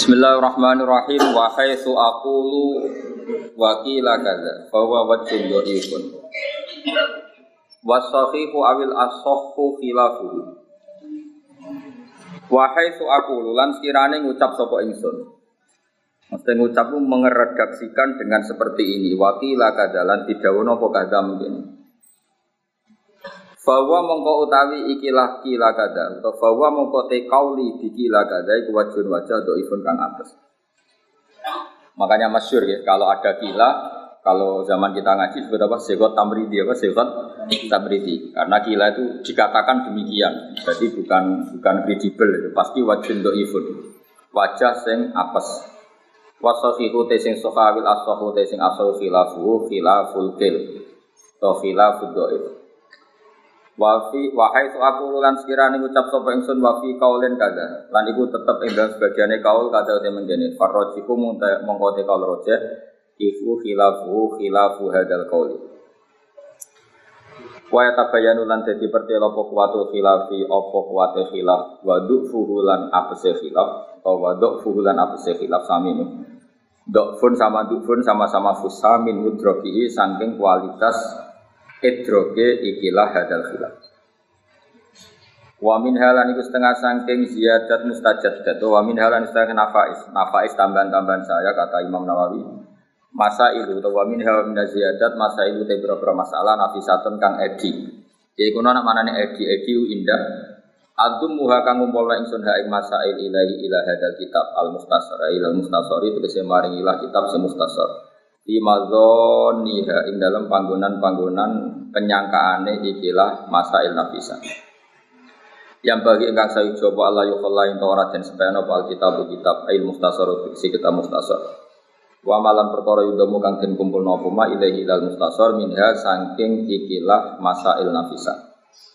Bismillahirrahmanirrahim. Wa haitsu aqulu wa qila kadza fa huwa wajhun dhaifun. Wasahihu awil as-sahhu khilafuhu. Wa haitsu aqulu lan sekirane ngucap sapa ingsun. Mesti ngucap mengeredaksikan dengan seperti ini. Wa qila kadza lan didhawuhna apa kadza mungkin. Fawa mongko utawi ikilah kila kada atau fawa mongko te kauli dikila kada iku wajun wajah dhaifun kang atas. Makanya masyhur ya kalau ada kila, kalau zaman kita ngaji disebut apa? Siqat tamridi apa? Siqat tamridi. Karena kila itu dikatakan demikian. Jadi bukan kredibel itu pasti wajun dhaifun. Wajah sing apes. Wasahihu te sing sahawil as-sahu te sing asahu khilafu khilaful kil. To khilafud dhaif. Wafi wahai tu aku lan sekirane ngucap sapa ingsun wafi kaulen kada lan iku tetep ing dalem sebagiane kaul kada te mengkene farrojiku mongko te kaul rojeh iku khilafu hadal qauli wa tabayanu lan dadi pertelo apa kuwatu khilafi apa kuwate khilaf wa dufuhu lan apese khilaf atau wa dufuhu lan apese khilaf sami dufun sama dufun sama-sama fusamin mudroki saking kualitas idroge ikilah hadal khilaf. Wa min halan iku setengah saking ziyadat mustajaddat wa min halan setengah nafais tambahan-tambahan saya kata Imam Nawawi. Masailu wa min halan min ziyadat masailu te boro-boro masalah nafisatun kang edi. Iku ana manane edi indah. Adum muha kang ngumpulna ingsun ha ing masail ilahi ila hadal kitab al-mustasar ila al-mustasari tegese maring ilah kitab sing mustasar. Di mazoniha ing dalam panggonan-panggonan penyangkaane ikilah masail nafisa. Yang bagi engkang saya coba Allah yukhalla ing Taurat dan sepena kitab ail mustasar si kitab mustasar. Wa malan perkara yudamu kang den kumpulna apa ma ilahi ilal mustasar minha saking ikilah masail nafisa.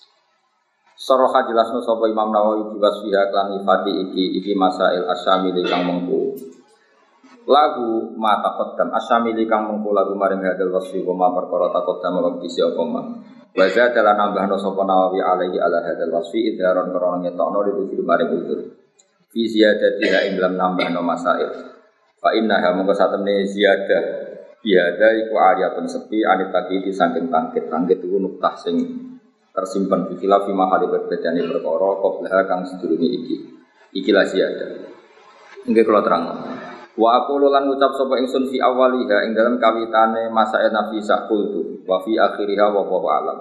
Saraha jelasno sapa Imam Nawawi diwasfiha lan ifati iki masail asyamil kang mengku. Lagu ma taqaddam asyamili kang mengko lagu maring hadal wasfi wa ma perkara taqaddam wa bisi apa ma wa zadalan nambahno sapa Nawawi alaihi ala hadal wasfi idharon karana ngetokno ditujul maring udzur fi ziyadatiha ing dalam nambahno masail fa innaha mongko satemene ziyadah biada iku ariyatun sepi anit taqidi saking tangkit iku nuktah sing tersimpen di khilafi mahali berbedane perkara qabla kang sedurunge ikilah ziyadah nggih kula terang. Wa aku lan ngucap sapa ingsun fi awaliha ing dalam kawitane masail nafisa qultu wa fi akhiriha wa alam.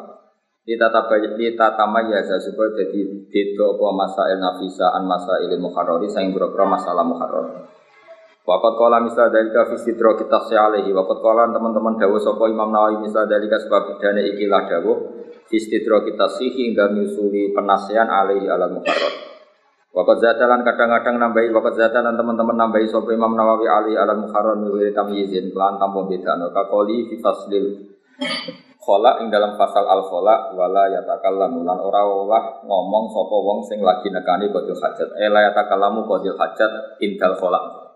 Ditatamayyaza supaya dadi beda apa masail nafisa an masail muharrari sing boro-boro masalah muharrar. Waqat qala misal dalika fi sidra kita alaihi waqat qala teman-teman dawuh sapa Imam Nawawi misal dalika sebab bedane ikilah dawuh fi sidra kita sihi hingga nyusuli penasihan alaihi alal muharrar. Waqad zatalan kadang-kadang nambahi waqad zatalan teman-teman nambahi sapa Imam Nawawi ali alal muharrar wa tamyizin kelan tampo bedano kaqoli fi faslil khala ing dalam fasal al khala wala yatakallamu lan ora olah ngomong sapa wong sing lagi nekani qadil hajat la yatakallamu qadil hajat indal khala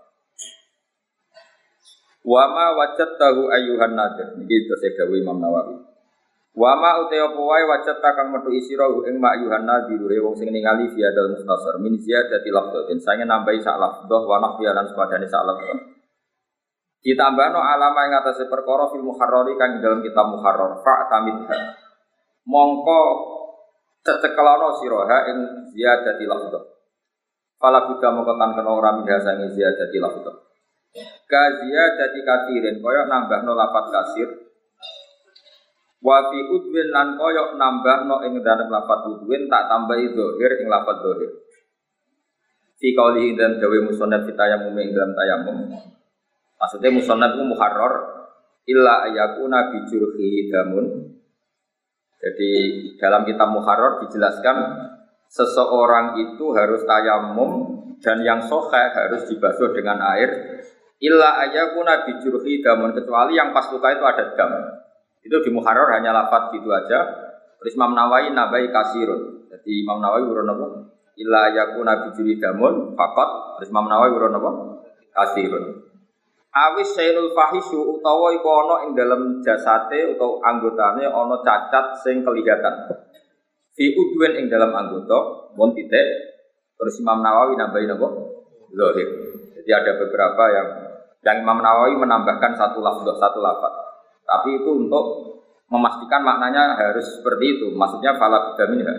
wa ma wajadtahu ayyuhan nadir iki terus dawuh Imam Nawawi. Wa ma uta apa wae wajat kang metu isira ing mak Yuhanna dirure wong sing ningali fi adal mustasar min ziyadati lafdhatin sange nambahi sak lafdhah wa nahfiyan sepadane sak lafdhah ditambahno alama ing atase perkara fil muharrari kang dalam kitab muharrar fa tamidha mongko cecekelana siraha ing ziyadati lafdhah fala buddha mongko tan kena ora minha sange ziyadati lafdhah ka ziyadati katirin kaya nambahno lafat kasir wa fi udwin lan koyok nambahno ing dalem lafaz udwin tak tambahi zahir ing lafaz zahir. Fi qauli dan dawe musannaf tayamum ing dalam tayamum. Maksudnya musannaf itu muharrar illa ayakuna bi jurhi damun. Jadi dalam kitab muharrar dijelaskan seseorang itu harus tayamum dan yang sahih harus dibasuh dengan air illa ayakuna bi jurhi damun kecuali yang pas luka itu ada dam. Itu di muharrar hanya lafaz gitu aja. Terus Imam Nawawi nabai kasirun. Jadi Imam Nawawi urun apa? Illa yakuna bijuri damun faqat. Terus Imam Nawawi urun apa? Kasirun. Awis sailul fahishu utawa iku ana ing dalam jasate utawa anggotane ana cacat sing kelihatan. Fi udwen ing dalam anggota mun titik. Terus Imam Nawawi nabai napa? Zahir. Jadi ada beberapa yang Imam Nawawi menambahkan satu lafaz. Tapi itu untuk memastikan maknanya harus seperti itu. Maksudnya fala budda minha.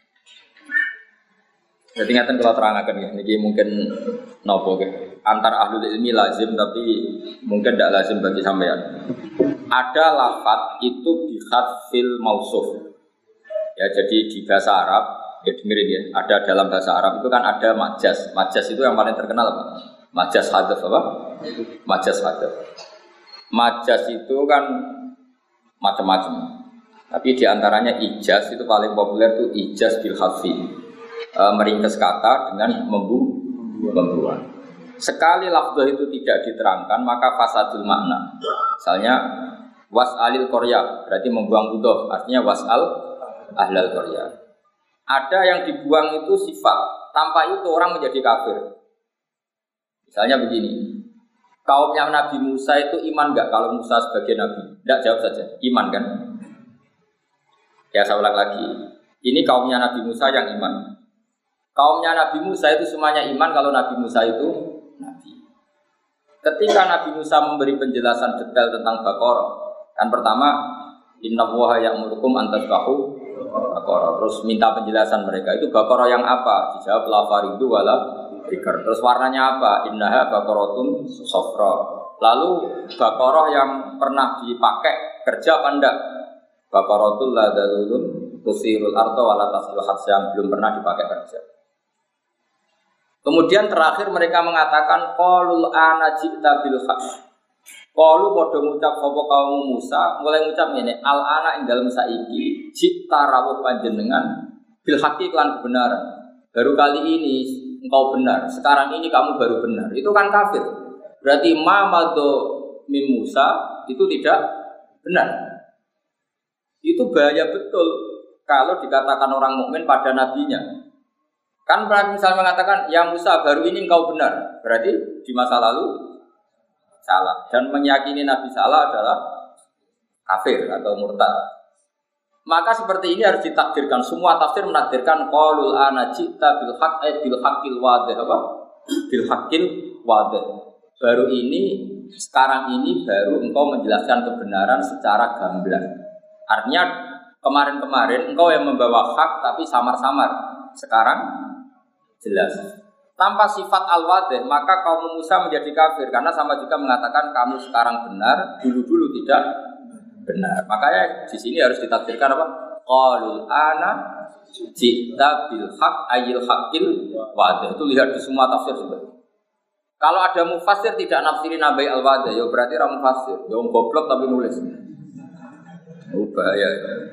Jadi ngeten kalau terangkan ya, niki mungkin nopo ke antar ahlul ilmi lazim tapi mungkin tidak lazim bagi sampean. Ada lafaz itu bihadfil mausuf. Ya jadi di bahasa Arab ya dengerin ya, ada dalam bahasa Arab itu kan ada majas. Majas itu yang paling terkenal apa? Majas hadaf apa? Majas hadaf. Majas itu kan macam-macam. Tapi diantaranya ijaz itu paling populer itu ijaz bil hadfi. Meringkas kata dengan membuang. Sekali lafzah itu tidak diterangkan maka fasadul makna. Misalnya was'alil qarya berarti membuang budoh, artinya was'al ahlal qarya. Ada yang dibuang itu sifat, tanpa itu orang menjadi kafir. Misalnya begini, kaumnya Nabi Musa itu iman enggak kalau Musa sebagai nabi? Enggak, jawab saja, iman kan? Ya saya ulang lagi, ini kaumnya Nabi Musa yang iman. Kaumnya Nabi Musa itu semuanya iman kalau Nabi Musa itu nabi. Ketika Nabi Musa memberi penjelasan detail tentang Baqarah, kan pertama innallaha ya'murukum an tasbahu Baqarah, terus minta penjelasan mereka itu Baqarah yang apa? Dijawab la faridu wala dzikr. Terus warnanya apa? Innaha baqaratun safra. Lalu Baqarah yang pernah dipakai kerja apa enggak? Baqaratul la dalulun tusirul arda wala taslu yang belum pernah dipakai kerja. Kemudian terakhir mereka mengatakan qalul ana ji'ta bil haqq. Qalu padha ngucap sapa kaum Musa, mulai ngucap ngene, al ana ing dalem saiki ji'ta rawuh panjenengan bil haqqi lan kebenaran. Baru kali ini engkau benar, sekarang ini kamu baru benar. Itu kan kafir. Berarti ma madho min Musa itu tidak benar. Itu bahaya betul kalau dikatakan orang mukmin pada nabinya. Kan misalnya mengatakan, ya Musa baru ini engkau benar, berarti di masa lalu salah. Dan meyakini Nabi salah adalah kafir atau murtad. Maka seperti ini harus ditakdirkan. Semua tafsir menakdirkan qaulul ana ji'ta bil haqq bil haqqil wadih apa? Bil haqqil wadih. Baru ini, sekarang ini baru engkau menjelaskan kebenaran secara gamblang. Artinya kemarin-kemarin engkau yang membawa hak tapi samar-samar. Sekarang jelas. Tanpa sifat al-wadih, maka kaum Musa menjadi kafir karena sama juga mengatakan kamu sekarang benar, dulu-dulu tidak benar. Makanya di sini harus ditakdirkan apa? Qalul ana ji'ta bil haqq ayil haqqil wadih. Itu lihat di semua tafsir sebenarnya. Kalau ada mufassir tidak nafsirin nabai al-wadih, ya berarti ra mufassir. Ya goblok tapi nulis. Bahaya.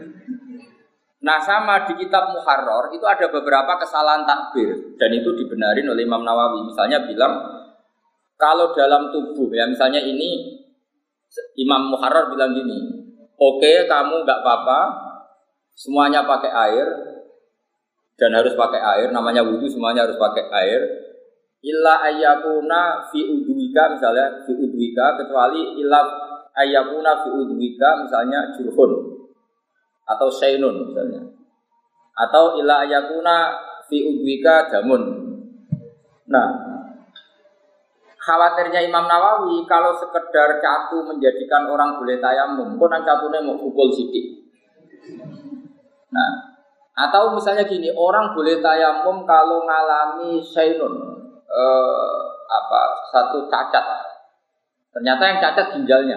Nah sama di kitab Muharrar itu ada beberapa kesalahan takbir dan itu dibenarin oleh Imam Nawawi. Misalnya bilang kalau dalam tubuh ya misalnya ini Imam Muharrar bilang gini, oke, kamu nggak apa-apa, semuanya pakai air dan harus pakai air, namanya wudhu semuanya harus pakai air. Illa ayyakuna fi udwika misalnya fi udwika kecuali illa ayyakuna fi udwika misalnya jurhun atau sainun misalnya, atau ila ayakuna fi udwika damun. Nah, khawatirnya Imam Nawawi kalau sekedar catu menjadikan orang boleh tayamum, kok nang catune mau pukul sidik. Nah, atau misalnya gini, orang boleh tayamum kalau ngalami sainun, satu cacat. Ternyata yang cacat ginjalnya.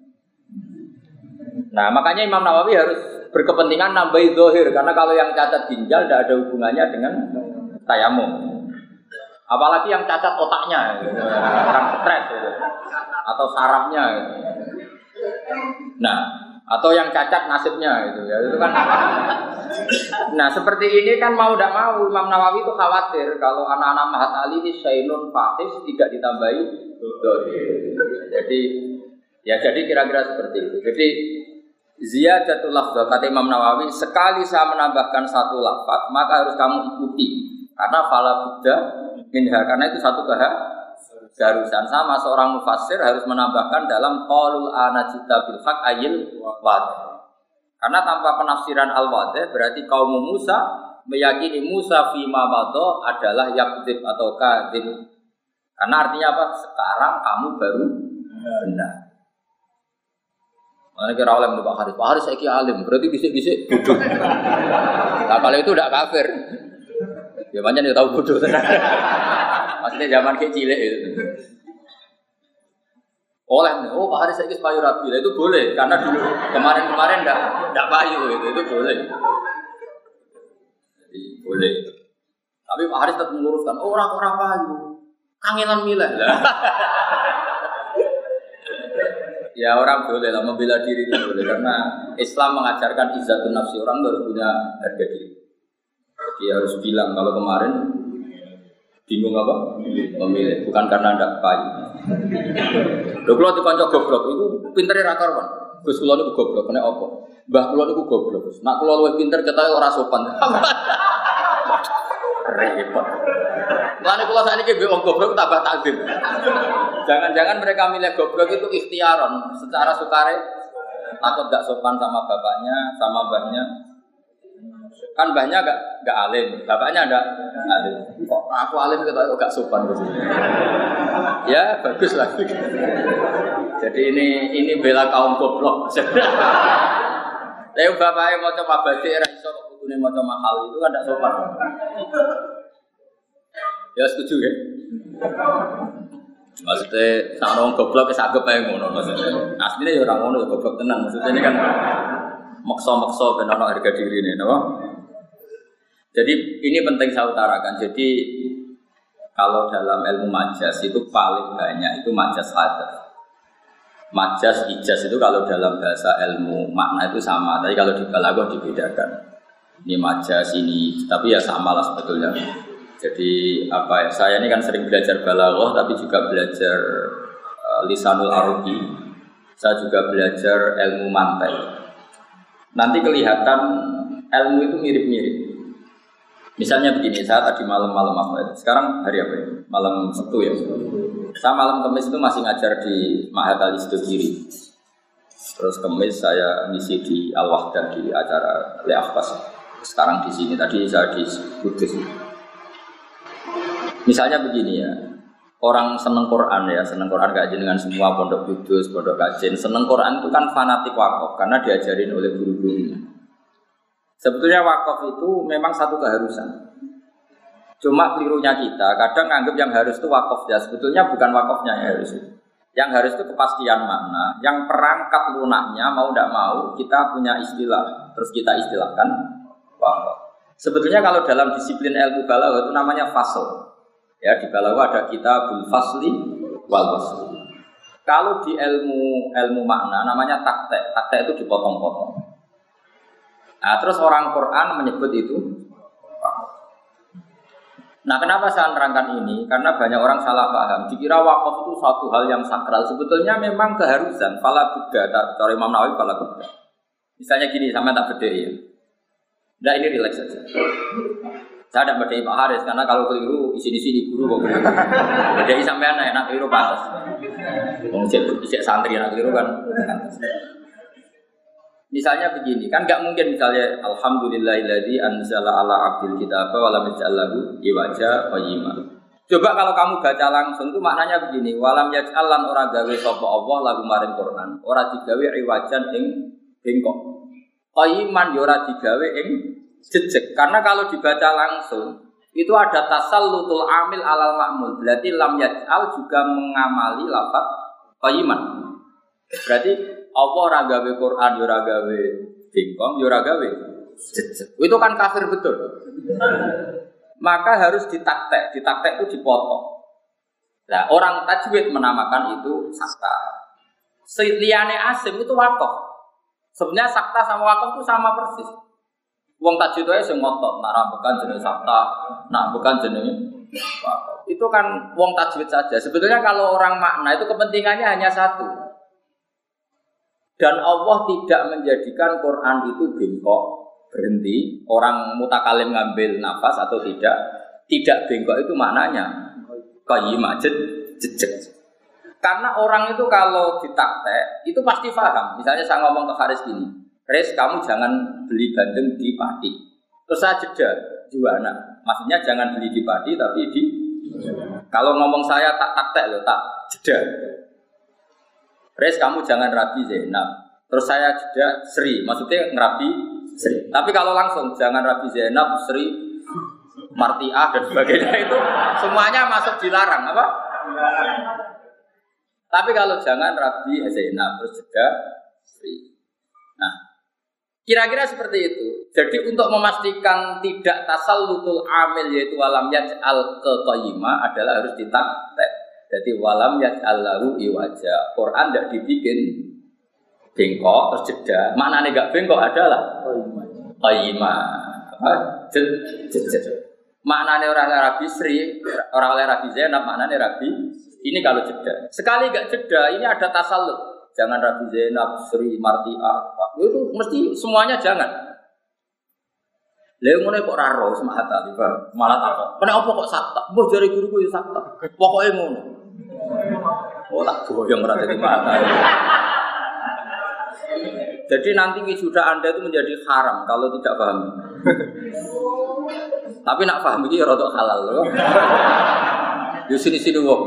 Nah, makanya Imam Nawawi harus berkepentingan nambahi zahir karena kalau yang cacat ginjal tidak ada hubungannya dengan tayamum. Apalagi yang cacat otaknya, orang stres atau sarafnya. Nah, atau yang cacat nasibnya itu ya itu kan. Nah, seperti ini kan mau tidak mau Imam Nawawi itu khawatir kalau anak-anak Mahat Ali ini sainun fahis tidak ditambahi zahir. Jadi kira-kira seperti itu. Jadi ziyadatul lafzah kata Imam Nawawi, sekali saya menambahkan satu lafaz maka harus kamu ikuti karena fala budda minha, karena itu satu keharusan. Sama seorang mufassir harus menambahkan dalam qaulul ana ji'ta bil haqq ayil wadih, karena tanpa penafsiran al wadih berarti kaum Musa meyakini Musa fima madha adalah yakdzib atau kadzib. Karena artinya apa? Sekarang kamu baru benar. Mana kira oleh Pak Haris? Pak Haris saya alim, berarti bisik-bisik bodoh. Nah kalau itu tidak kafir. Ya banyak dia tahu bodoh. Maksudnya zaman kecil itu. Oh Pak Haris saya payu rabi, itu boleh karena dulu kemarin tidak payu itu boleh. Jadi boleh. Tapi Pak Haris tetap meluruskan, orang payu, kangenan milah. Ya orang boleh lah membela diri itu boleh karena Islam mengajarkan izzatun nafsi, orang harus punya harga diri. Jadi harus bilang kalau kemarin bingung apa? Memilih, bukan karena tidak payu. Lho kula dikonco goblok itu pintere ra karuan. Gus kula niku goblok kena apa? Mbah kula niku goblok. Nak kula luwih pinter ketoke ora sopan. Repot. Lan kula sakniki mbek wong goblok tambah takdim. Jangan-jangan mereka milih goblok itu ikhtiaron secara sukare takut gak sopan sama bapaknya, sama mbahnya. Kan mbahnya gak alim, bapaknya ada alim. Kok aku alim ketoke gak sopan gitu. Ya bagus lah. Jadi ini bela kaum goblok. Tapi bapaknya mau coba batik, raiso kok putune mau coba mahal itu kan tidak sopan. Ya setuju ya. Maksudnya sama orang goblok kesanggep aja ngono maksudnya. Aslinya ya orang ngono goblok tenan. Maksudnya ini kan maksa-maksa ben ono harga diri ini, no? Jadi ini penting saya utarakan. Jadi kalau dalam ilmu majas itu paling banyak itu majas hadaf. Majas ijaz itu kalau dalam bahasa ilmu makna itu sama, tapi kalau di balaghah dibedakan. Ini majas ini, tapi ya sama lah sebetulnya. Jadi apa ya? Saya ini kan sering belajar balaghah, tapi juga belajar lisanul arabi. Saya juga belajar ilmu mantai. Nanti kelihatan ilmu itu mirip-mirip. Misalnya begini, saya tadi malam-malam apa itu? Sekarang hari apa ini? Malam Sabtu ya. Saya malam Kamis itu masih ngajar di Ma'had Al-Istidhiri. Terus Kamis saya ngisi di Al-Wahdah di acara Le'afas. Sekarang di sini, tadi saya di Kudus. Misalnya begini ya, orang seneng Quran ya, seneng Quran gak dengan semua pondok Kudus, pondok kajian. Seneng Quran itu kan fanatik wakaf karena diajarin oleh guru-gurunya. Sebetulnya wakaf itu memang satu keharusan. Cuma kelirunya kita, kadang nganggap yang harus itu wakaf ya. Sebetulnya bukan wakafnya yang harus itu. Yang harus itu kepastian makna. Yang perangkat lunaknya mau tidak mau kita punya istilah. Terus kita istilahkan wakaf. Sebetulnya kalau dalam disiplin ilmu balaghah itu namanya fasl. Ya di balaghah ada kitabul fasli wal wasli. Kalau di ilmu makna namanya taktek. Taktek itu dipotong-potong. Nah, terus orang Quran menyebut itu. Nah, kenapa saya nerangkan ini? Karena banyak orang salah paham. Dikira wakaf itu suatu hal yang sakral. Sebetulnya memang keharusan. Fala budda, cara Imam Nawawi fala budda. Misalnya gini, sama tak beda ya. Nah, ini relax saja. Saya tidak beda Pak Haris karena kalau keliru isi guru kok. Beda sampean enak keliru pantas. Wong cek santri enak keliru kan. Misalnya begini, kan nggak mungkin misalnya alhamdulillahilladzi anzala ala abdil kitaba wa lam yaj'al lahu iwaja qayyima. Coba kalau kamu baca langsung itu maknanya begini, walam yaj'al lan ora gawe sapa Allah lagu maring Quran, ora digawe iwajan ing bengkok. Qayyiman ya ora digawe ing jejeg. Karena kalau dibaca langsung itu ada tasallutul amil alal ma'mul. Berarti lam yaj'al juga mengamali lafaz qayyiman. Berarti Allah ora gawe Quran, yo ora gawe bingkong, yo ora gawe jejeg. Itu kan kafir betul. Maka harus ditaktek itu dipotong. Nah, orang tajwid menamakan itu sakta. Liyane asim itu wakaf. Sebenarnya sakta sama wakaf itu sama persis. Wong tajwid itu sing ngotot, nak bukan jenis sakta, nak bukan jenis wakaf. Itu kan wong tajwid saja. Sebetulnya kalau orang makna itu kepentingannya hanya satu. Dan Allah tidak menjadikan Quran itu bengkok, berhenti. Orang mutakalim ngambil nafas atau tidak bengkok itu maknanya qayyimah jejeg. Karena orang itu kalau ditaktek itu pasti paham. Misalnya saya ngomong ke Haris gini, Haris kamu jangan beli bandeng di Pati. Terus saya jeda juana. Maksudnya jangan beli di Pati tapi di Kalau ngomong saya tak taktek loh, tak jeda. Res kamu jangan Rabi Zainab. Terus saya jeda Sri, maksudnya ngerabi Sri. Tapi kalau langsung jangan Rabi Zainab, Sri, Martiah dan sebagainya itu semuanya masuk dilarang apa? Tapi kalau jangan Rabi Zainab terus jeda Sri. Nah, kira-kira seperti itu. Jadi untuk memastikan tidak tasallutul amil yaitu walam yaj'al keqayyimah adalah harus ditaktek. Jadi walam yaj'al lahu iwaja. Quran tidak dibikin bengkok terus jeda. Maknanya enggak bengkok adalah qayyimah. Maknanya orang Rabi Sri, orang Rabi Zainab, maknanya Rabi ini kalau jeda. Sekali enggak jeda, ini ada tasallut. Jangan Rabi Zainab, Sri, Martiah. Itu mesti semuanya jangan. Lha ngene kok ora ro semangat tadi, Pak. Malah takok. Kenapa kok sakta? Mbah jare guruku ya sakta. Pokoke ngono. Oh tak goyong ora dadi mata. Jadi nanti wisuda Anda itu menjadi haram kalau tidak paham. Tapi nak paham iki rada halal loh. Yo sini-sini wong.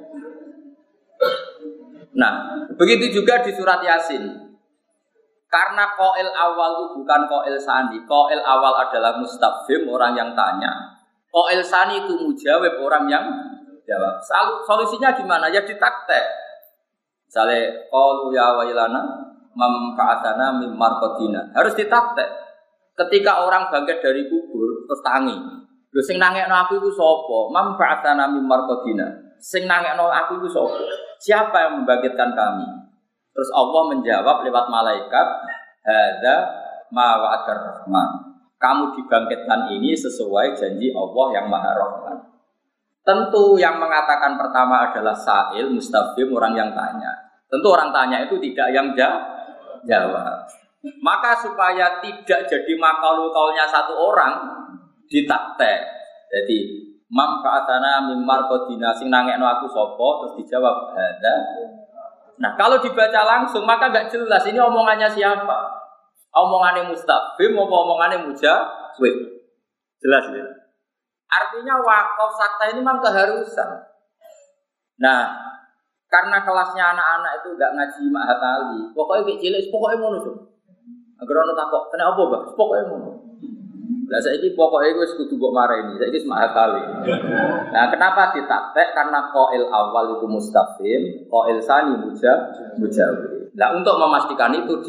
Nah, begitu juga di surat Yasin. Karena qail awal itu bukan qail sani. Qail awal adalah mustafhim, orang yang tanya. Qail sani itu mujawab, orang yang jawab. Solusinya gimana? Ya ditaktek. Misalnya qalu ya wailana mam ka'atana mim marqadina. Harus ditaktek. Ketika orang bangkit dari kubur terus tangi. Lho sing nangekno aku iku sapa? Mam ka'atana mim marqadina. Sing nangekno aku iku sapa? Siapa yang membangkitkan kami? Terus Allah menjawab lewat malaikat, hadza ma wa'adar rahman. Kamu dibangkitkan ini sesuai janji Allah yang Maha Rahman. Tentu yang mengatakan pertama adalah sa'il, mustafhim, orang yang tanya. Tentu orang tanya itu tidak yang jawab. Maka supaya tidak jadi makalu-kaulnya satu orang, ditaktek. Jadi mam ka'atana mim marqadina sing nangekno aku sapa, terus dijawab hadza. Nah, kalau dibaca langsung maka enggak jelas ini omongannya siapa. Omongannya mustafhim apa omongannya mujawib. Jelas ya. Artinya wakaf sakta ini memang keharusan. Nah, karena kelasnya anak-anak itu enggak ngaji ma'hatali. Pokoknya kayak cilik, pokoknya ngono tuh. Agar ono takok, "Kenapa, Bang?" Pokoknya ngono. Lah saiki pokoke wis kudu mbok mareni, saiki wis ma'hatali. Nah, kenapa ditaktek? Karena qail awal itu mustafhim, qail sani mujawib. Nah, untuk memastikan itu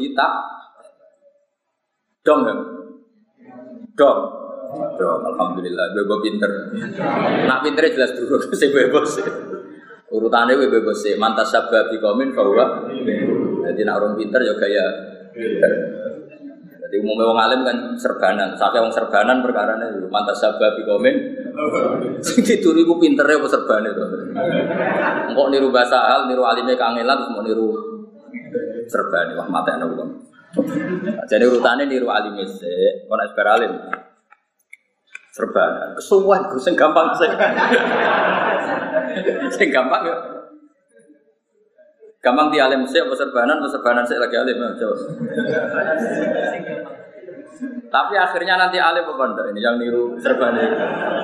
dong. Alhamdulillah, bebo pinter. Nak pintere jelas dulu sing bebos. Urutane bebos sih, mantas sabab bikomin bahwa. Jadi nak orang pinter ya gaya pinter. Jadi umumnya wong alim kan serbanan, sampai wong serbanan perkarane mantas sabab bikomin. Sing dituri ku pintere apa serbane to. Engkok niru bahasa hal, niru alime kangelan terus mau niru serbane wah matene kok. Jadi urutane niru alime sik, kok nek bar alim. Serbanan, kesuwen sing gampang sing. Sing gampang ya. Gampang di alim sik apa serbanan sik lagi alim coba. Tapi akhirnya nanti alim apa ndak ini yang niru serban itu.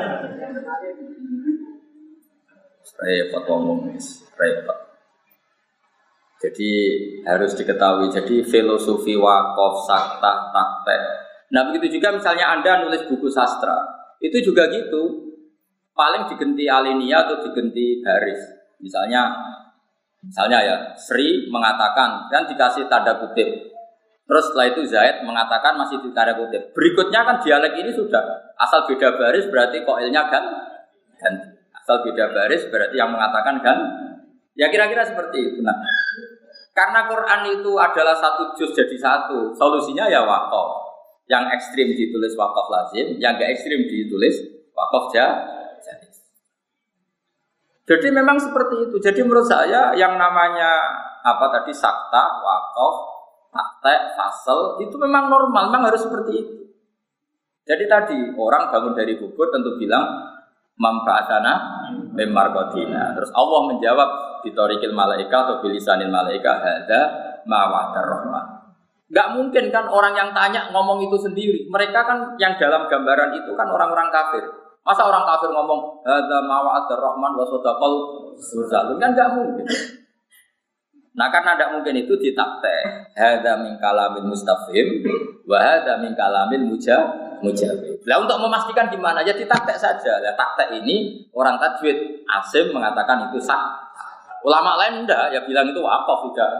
Repot ngomong, repot. Jadi harus diketahui. Jadi filosofi wakaf, sakta, taktek. Nah begitu juga misalnya Anda nulis buku sastra, itu juga gitu. Paling digenti alinea atau digenti baris. Misalnya ya Sri mengatakan dan dikasih tanda kutip. Terus setelah itu Zaid mengatakan masih di tanda kutip. Berikutnya kan dialek ini sudah asal beda baris berarti koilnya kan ganti. Asal beda baris berarti yang mengatakan kan. Ya kira-kira seperti itu. Nah, karena Quran itu adalah satu juz jadi satu. Solusinya ya wakaf. Yang ekstrim ditulis wakaf lazim, yang enggak ekstrim ditulis wakaf jaiz. Jadi memang seperti itu. Jadi menurut saya yang namanya apa tadi sakta, wakaf, taktek, fasal itu memang normal, memang harus seperti itu. Jadi tadi orang bangun dari kubur tentu bilang manfaatana mim marqadina. Terus Allah menjawab bitorikil malaika atau bilisanil malaika hadza ma wa'adar rahman. Enggak mungkin kan orang yang tanya ngomong itu sendiri. Mereka kan yang dalam gambaran itu kan orang-orang kafir. Masa orang kafir ngomong hadza ma wa'ada rahman wa sadaqal mursalun kan enggak mungkin. Nah karena tidak mungkin itu ditaktek. Hadza min kalamil mustafhim wa hadza min kalamil mujawib. Lah untuk memastikan gimana ya ditaktek saja. Lah taktek ini orang tajwid Asim mengatakan itu sah. Ulama lain enggak ya bilang itu waqaf tidak.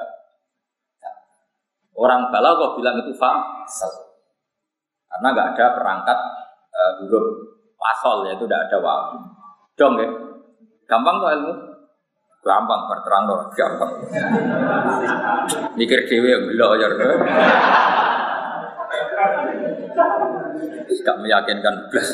Orang balaghah bilang itu fasal. Karena enggak ada perangkat huruf fasal yaitu tidak ada wawu. Dong ya. Gampang kok ilmu? Gampang berterang dong, gampang. Mikir dhewe ya belok ya. Gak meyakinkan blas.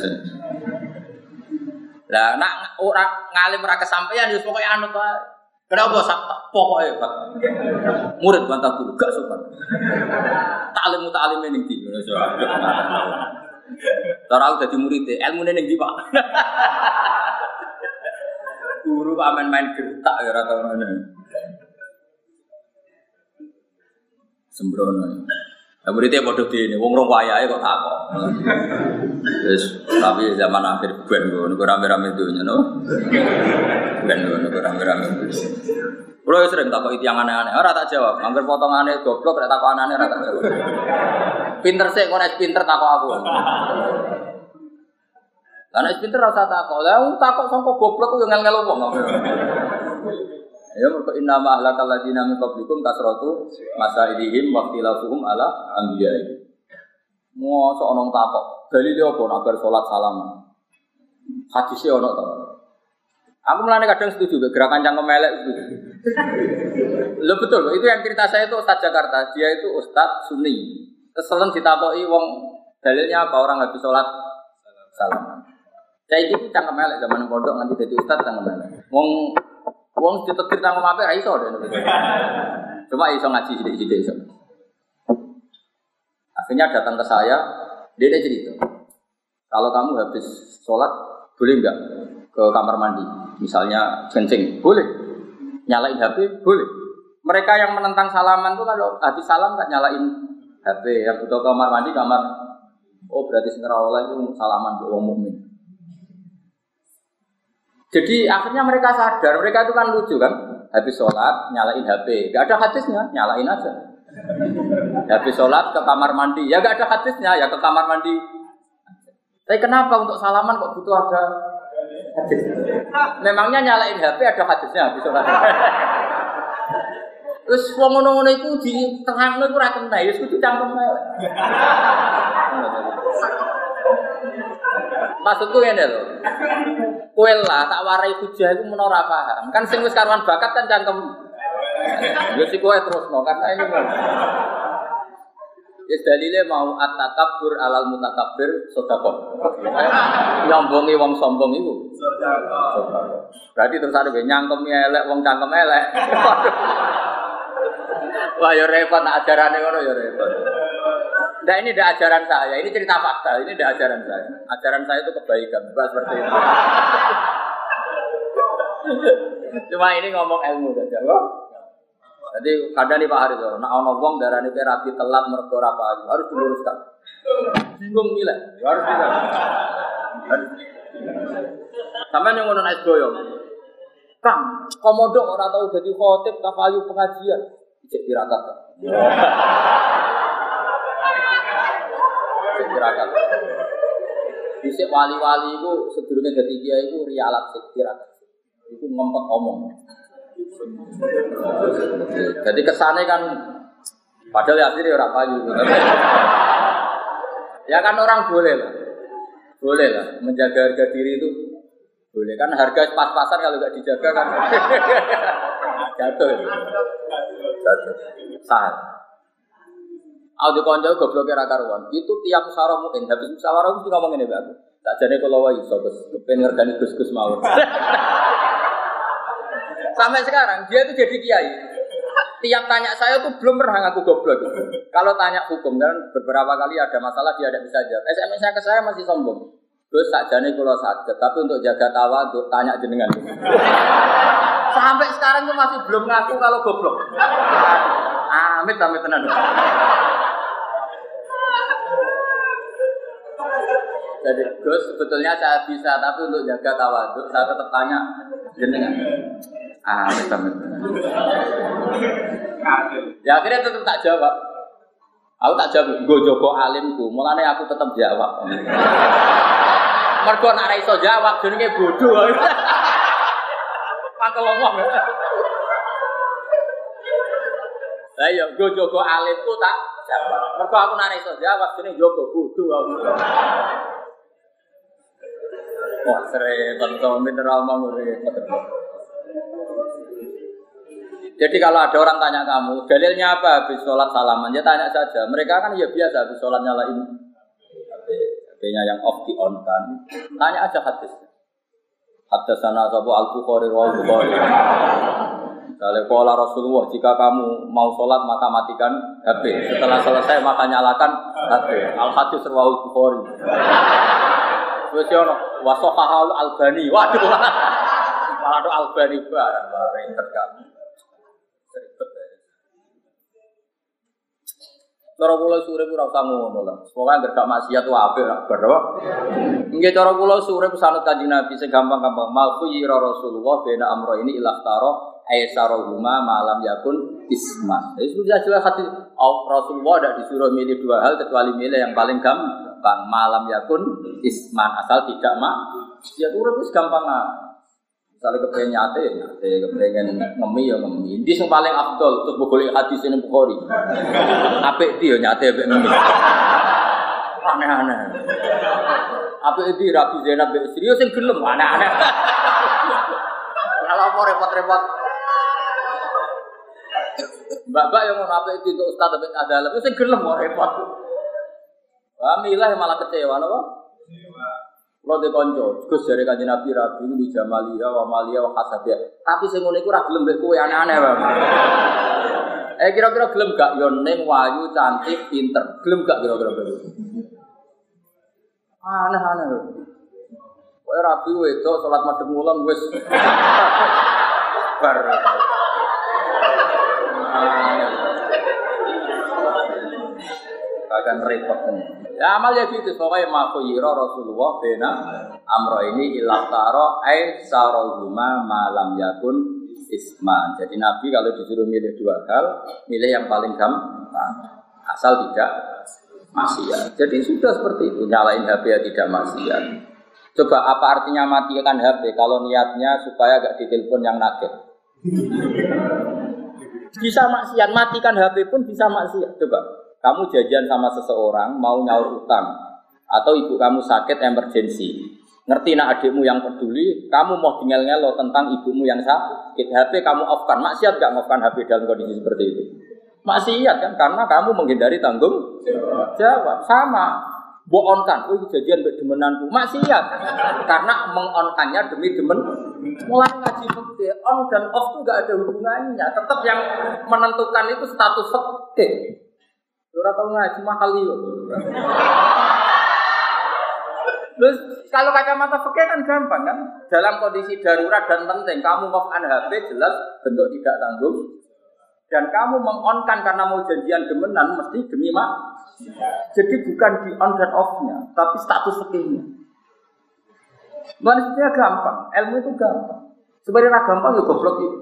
Lah nak orang ngalim ora kesampaian ya pokoke anut wae. Kenapa sak pokoke Pak. Murid bantah guru gak sopan. Taklim ning ndi ngono so. Ora dadi murid ilmune ning ndi Pak. Guru kok amen main gertak ya ora tau ngono. Sembrono. Lah muridé padha dene wong rong wayahe kok takok. Wis tapi zaman akhir ben ngono rame-rame donya no. Ben ngono rame-rame. Kulo sering takok itu yang aneh-aneh, ora tak jawab. Angger potongane goblok rek takok aneh ora tak jawab. Pinter sik kok nek pinter takok aku. Lah nek pinter ora usah takok. Lah takok sangko goblok ku yo ngel-ngel wong. Ya mergo inna ma ahlakal ladina min qablikum kasratu masailihim wa ikhtilafuhum ala anbiya'i. Mosok ana takok, dalile apa nek bar salat salaman. Hadise ana to. Aku mulane kadang setuju gerakan cangkem elek itu. Loh betul, itu yang cerita saya itu Ustaz Jakarta, dia itu Ustaz Sunni. Keselen ditakoki wong dalilnya apa orang habis salat salaman. Saya itu cangkem elek zaman pondok nganti dadi Ustaz cangkem elek. Wong ditetir nang omahe ra iso dene. Cuma iso ngaji sithik-sithik iso. Akhirnya datang ke saya, dia cerita. Kalau kamu habis sholat, boleh enggak ke kamar mandi? Misalnya kencing, boleh. Nyalain HP, boleh. Mereka yang menentang salaman tuh kalau habis salam enggak nyalain HP, yang butuh kamar mandi kamar. Oh berarti sing ora oleh itu salaman kok wong mukmin. Jadi akhirnya mereka sadar, mereka itu kan lucu kan, habis sholat nyalain HP, gak ada hadisnya, nyalain aja. Habis sholat ke kamar mandi, ya gak ada hadisnya, ya ke kamar mandi. Tapi kenapa untuk salaman kok butuh ada hadis? Memangnya nyalain HP ada hadisnya habis sholat. Terus ngono-ngono itu di tengah-tengah itu rakyat naik, itu cangkem naik. Maksudku ngene lho. Kowe lah tak warai hujah iku menawa ora paham. Kan sing wis karuan bakat kan cangkem. Ya sik kowe terusno karena ini. Ya dalile mau at-takabbur alal mutakabbir sedekah. Nyombongi wong sombong iku sedekah. Berarti terus ada nyangkemi elek wong cangkem elek. Wah ya repot ajarane ngono ya repot. Nah ini tidak ajaran saya, ini cerita fakta, ini tidak ajaran saya. Ajaran saya itu kebaikan, bukan seperti itu. Cuma ini ngomong ilmu saja. Jadi kadang nih Pak Haris, nak ono wong darane rapi telat mergo ora paham, harus diluruskan. Bingung nilai, harus tidak. Sampai yang ngono naik boyong. Kang, komodo ora tahu jadi khotib tafayu pengajian, cek tirakat. Tirakat. Bisik wali-wali itu sedurunge dadi kiai iku rialat sik tirakat. Iku ngempet omong. Jadi kesane kan padahal ya asli ora payu. Ya kan orang boleh lah. Boleh lah menjaga harga diri itu. Boleh kan harga pas-pasan kalau enggak dijaga kan jatuh. Jatuh. Sah. Audio konco goblok ra karuan. Itu tiap musyawarah mungkin habis musyawarah mesti ngomong ngene aku. Tak jane kula wae iso Gus, kepen ngergani Gus-gus mawon. Sampai sekarang dia itu jadi kiai. Tiap tanya saya tuh belum pernah ngaku goblok. Kalau tanya hukum kan beberapa kali ada masalah dia tidak bisa jawab. SMS-nya ke saya masih sombong. Gus sakjane kula saged, tapi untuk jaga tawadhu tanya jenengan. Sampai sekarang tuh masih belum ngaku kalau goblok. Amit tenan. Jadi Gus sebetulnya saya bisa, tapi untuk jaga tawadhu saya tetap tanya jenengan. Betul. Ya akhirnya tetap tak jawab. Aku tak jawab, gue jogo alimku, mulane aku tetap jawab. Mergo nek ora iso jawab jenenge bodoh. Mangkel ngomong. Lah ya gue jogo alimku tak jawab. Mergo aku nek ora iso jawab jenenge jogo bodoh aku. Wah, serempet mineral mangure. Jadi kalau ada orang tanya kamu, dalilnya apa habis sholat salaman? Ya tanya saja. Mereka kan ya biasa habis sholat nyalain HP-nya yang off di on kan. Tanya aja hadis. Haddatsana Abu Al-Bukhari wa Al-Bukhari. Kalau qala Rasulullah, jika kamu mau sholat maka matikan HP. Setelah selesai maka nyalakan HP. Al-Hadis riwayat Bukhari. Wis yo ono wa sahahul Albani. Waduh. Malah do Albani barang ribet kan. Ribet ya. Cara kula sore ora usah ngono lah. Pokoke anggere gak maksiat wae apik ra bar. Nggih cara kula sore pesanut Kanjeng Nabi sing gampang-gampang malku yira Rasulullah bena amro ini ilahtaro aisarahuma malam yakun isma. Itu sudah jelas hati Rasulullah tidak disuruh milih dua hal kecuali milih yang paling gampang malam yakun isman asal tidak ya urip wis gampang ah. Misalnya kepengen nyate, kepengen ngemi ya ngemi. Ini yang paling afdol untuk boleh hadis ini Bukhari. Apik dia nyate apik ngemi. Aneh-aneh. Apik dia Rabi Zainab serius yang gelem aneh-aneh. Kalau mau repot-repot. Mbak-mbak yang mau apik itu untuk Ustaz tapi ada lebih yang gelem mau repot. Wah milah yang malah kecewa apa? Kecewa. Kalau di konco, Gus dari Kanjeng Nabi Rabi di Jamalia, wa Malia, wa Hasabia. Tapi sing ngene iku ora gelem mbek kowe aneh-aneh wae. Kira-kira gelem gak yo ning wayu cantik pinter. Gelem gak kira-kira begitu. Aneh-aneh. Kowe Rabi wedok salat madhep ngulon wis bar. Akan repot. Ya amal ya gitu, pokoknya makhuyira Rasulullah bena amro ini ilahtaro sarahuma malam yakun isman. Jadi Nabi kalau disuruh milih dua hal, milih yang paling gampang, asal tidak maksiat. Jadi sudah seperti itu, nyalain HP ya tidak maksiat. Coba apa artinya matikan HP kalau niatnya supaya gak ditelepon yang nugget? Bisa maksiat, matikan HP pun bisa maksiat. Coba. Kamu jajan sama seseorang, mau nyaur utang, atau ibu kamu sakit emergensi. Ngerti nak adikmu yang peduli, kamu mau ngel-ngelo tentang ibumu yang sakit. HP kamu off-kan, maksiat gak off-kan HP dalam kondisi seperti itu? Maksiat kan, karena kamu menghindari tanggung jawab. Sama, on-kan, jajan demenanku, maksiat. Karena meng-on-kannya demi demen. Mulai ngaji fikih, on dan off itu gak ada hubungannya. Tetap yang menentukan itu status fikih. Ora tau ngaji mahal yo. Terus kalau kacamata fikih kan gampang kan? Dalam kondisi darurat dan penting kamu off-an HP jelas bentuk tidak tanggung. Dan kamu meng-on-kan karena mau janjian demenan mesti demi mak. Jadi bukan di on dan off-nya, tapi status fikihnya. Manusia gampang, ilmu itu gampang. Sebenarnya gampang ya goblok itu.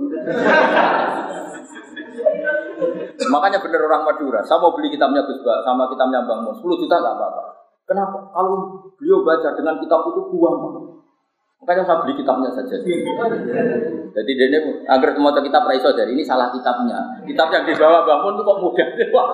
Makanya bener orang Madura, saya mau beli kitabnya Gus Ba sama kitabnya Bang Mus, 10 juta enggak apa-apa. Kenapa? Kalau beliau baca dengan kitab itu buang. Makanya saya beli kitabnya saja. Jadi dia agar mau kitab raiso dari ini salah kitabnya. Kitab yang dibawa Bang Mus itu kok mudah.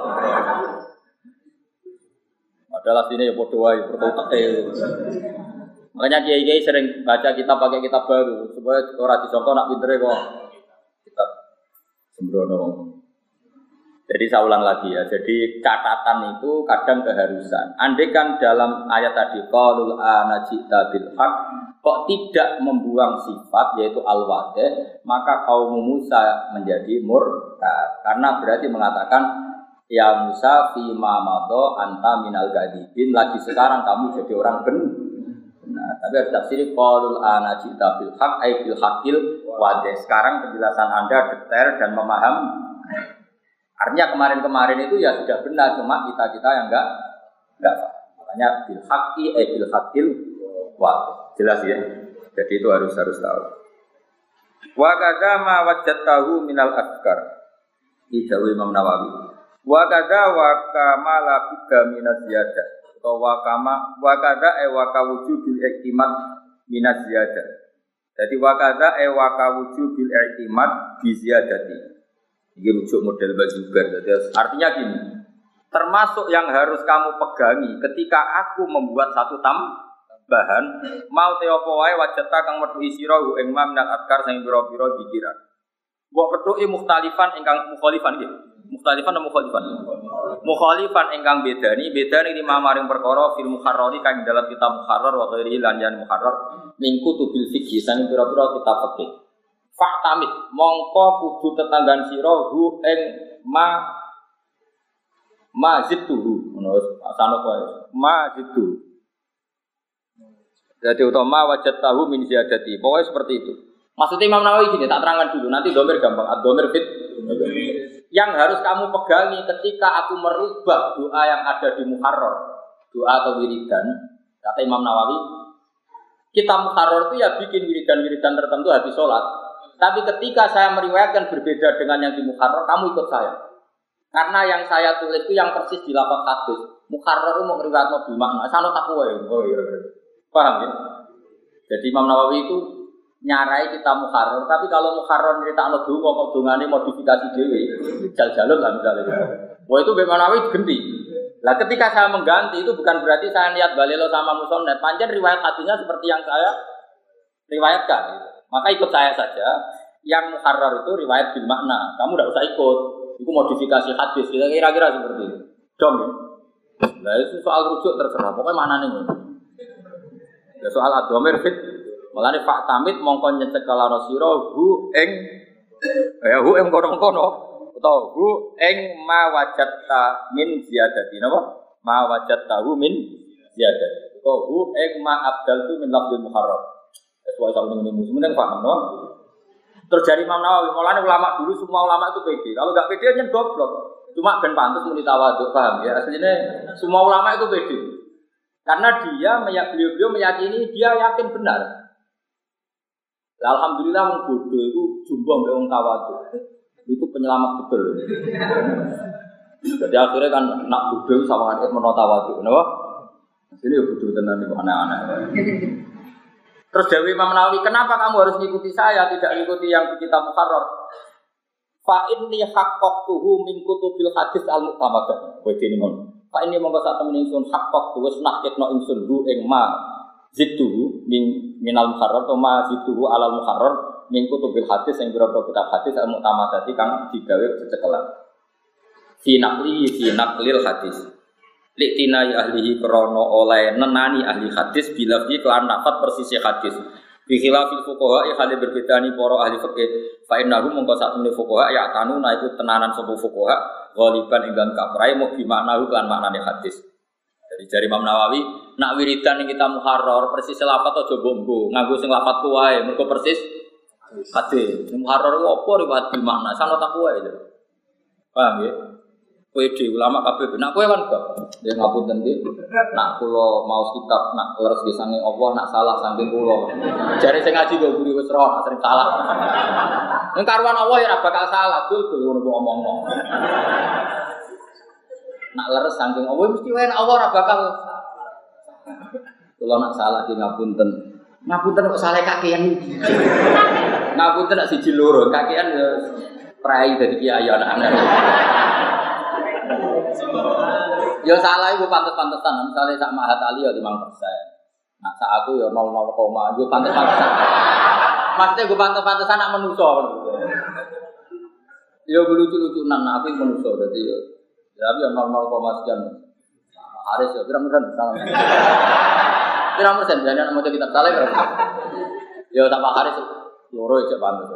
Adalah sini ya bodoh wae, berkotek. Makanya kiai-kiai sering baca kitab pakai kitab baru supaya orang disangka nak pintere kok kitab sembrono. Jadi saya ulang lagi ya. Jadi catatan itu kadang keharusan. Andai kan dalam ayat tadi qaulul anajita bil haq kok tidak membuang sifat yaitu al-wadi, maka kaum Musa menjadi murtad. Karena berarti mengatakan ya Musa fi ma madha anta minal gadibin, lagi sekarang kamu jadi orang benar. Nah, tapi ada tafsir qaulul anajita bil haq ay bil haqil wadi. Sekarang penjelasan Anda detail dan memahami. Artinya kemarin-kemarin itu ya sudah benar, cuma kita yang enggak. Makanya bil haqqi bil haqqil waqi. Jelas ya. Jadi itu harus tahu. Wa kadza ma wajadtahu minal azkar. Idawi Imam Nawawi. Wa kadza wa kama la budda minaz ziyadah. Atau wa kadza wa kawujubil iktimat minaz ziyadah. Jadi wa kadza wa kawujubil iktimat bi ziyadati. Ini rujuk model Bazubar. Jadi artinya gini. Termasuk yang harus kamu pegangi ketika aku membuat satu tambahan mau te apa wae wajata kang metuhi sira ing minal adkar sing pira-pira pikiran. Mbok petuki mukhtalifan ingkang mukhalifan nggih. Mukhtalifan atau mukhalifan? Mukhalifan ingkang bedani lima maring perkara fil muharrari kang dalam kitab muharrar wa ghairi lan yan muharrar min kutubil fikih sing pira-pira kitab fikih. Fa'tamid mongko kudu tetanggan sira hu ing mazidtuhu menurut asana wae mazidtu. Jadi utama wajadtahu min ziyadati. Pokoknya seperti itu. Maksudnya Imam Nawawi gini, tak terangkan dulu. Nanti domir gampang. Ad-domir fit. Yang harus kamu pegangi ketika aku merubah doa yang ada di muharrar, doa atau wiridan, kata Imam Nawawi, kita muharrar itu ya bikin wiridan-wiridan tertentu habis sholat. Tapi ketika saya meriwayatkan berbeda dengan yang di muharrar, kamu ikut saya. Karena yang saya tulis itu yang persis di lafaz hadis. Muharrar itu mau riwayat bil makna. Sana takwa ya. Oh iya. Paham ya? Jadi Imam Nawawi itu nyarai kita muharrar, tapi kalau muharrar nyeritakno donga kok dongane modifikasi dhewe. Jal-jalur lah misalnya. Wah itu Imam Nawawi ganti. Lah ketika saya mengganti itu bukan berarti saya niat balelo sama musonnet. Panjang riwayat hadisnya seperti yang saya riwayatkan. Maka ikut saya saja. Yang muharrar itu riwayat bil makna. Kamu tidak usah ikut. Itu modifikasi hadis. Kira-kira seperti itu. Dom ya. Nah itu soal rujuk terserah. Pokoknya mana nih? Ya soal ad-dhamir fit. Mulane Pak Tamid mongko nyecekelana sira hu ing kono-kono utawa hu ing ma wajatta min ziyadati napa? Ma wajattahu min ziyadati. Utawa hu ing ma abdaltu min lafzil muharram. Sesuai sama dengan ini sebenarnya paham no? Terus dari Imam Nawawi, mulane ulama dulu semua ulama itu pede. Kalau enggak pede aja goblok. Cuma ben pantes muni tawadhu, paham ya? Aslinya semua ulama itu pede. Karena beliau meyakini dia yakin benar. Alhamdulillah wong bodoh itu jumbo mbek wong tawadhu. Itu penyelamat betul. Jadi akhirnya kan nak bodoh sama kan menawa tawadhu, napa? Ini ya bodoh tenan iki aneh-aneh. Terus Dewi Imam Nawawi, kenapa kamu harus mengikuti saya, tidak mengikuti yang di kitab muharrar? Fa inni haqqaqtuhu min kutubil hadis al-mu'tamadah. Kowe dene mon. Fa inni monggo sak temen ingsun haqqaqtu wis nahketno ingsun hu ing ma zidtuhu minal muharrar to ma zidtuhu alal muharrar min kutubil hadis sing boro kitab hadis al-mu'tamadah kang digawe cecekelan. Fi naqlil hadis. Liktinai ahlihi krono oleh nenani ahli hadis bila fi kelan nafat persisi hadis. Bikhilafil fuqaha hale berbeda ni para ahli fikih. Fa innahu mongko sak temene fuqaha ya tanu na iku tenanan sapa fuqaha ghaliban ing dalam kaprai mau bimaknahu kan maknane hadis. Jadi jari Imam Nawawi nak wiridan ing kita muharrar persis lafat aja bombo nganggo sing lafat wae mergo persis hadis. Muharrar ku apa riwayat bil makna sana tak wae. Paham ya? PD ulama kabeh nak kowe kan kok ya ngapunten nggih nak kula maos kitab nak leres ge sange Allah nak salah saking kula jare sing ngaji kok guru wis roh sering salah ning karuan Allah ya ora bakal salah dul ngono kok omong-omong nak leres saking Allah mesti wae Allah ora bakal kula nak salah ki ngapunten kok salah kakean ngapunten nak siji loro kakean ya prai dadi kiai anak-anak. Ya salah iku pantes-pantesan. Misale sak Mahat Ali ya 5%. Nah, sak aku ya 0,0, yo pantes-pantesan. Maksudnya gue pantes-pantesan nak manusa. Ya lucu-lucunan aku manusa dadi ya. Tapi ya 0,0 sekian. Haris ya pirang-pirang salah. Pirang-pirang jane mau kitab salah karo. Ya sak Pak Haris loro aja pantes.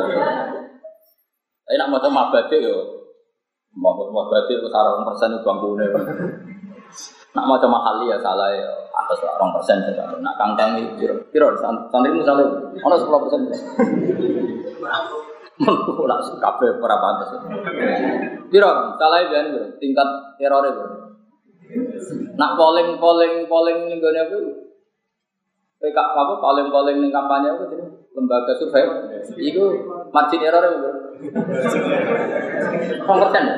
Tapi nak maca mabade yo mau berarti besar 2% itu bangkune. Nak mau cuma kali ya salah ya atas 2% saja. Nak kangkang itu piro santrimu salah. Ono 10%. Menku lak kabeh ora pantes. Piro salah ben tingkat error e. Nak polling ning gone apa? PK apa polling ning kampanye apa jenenge? Lembaga survei. Iku margin error berapa? 0%.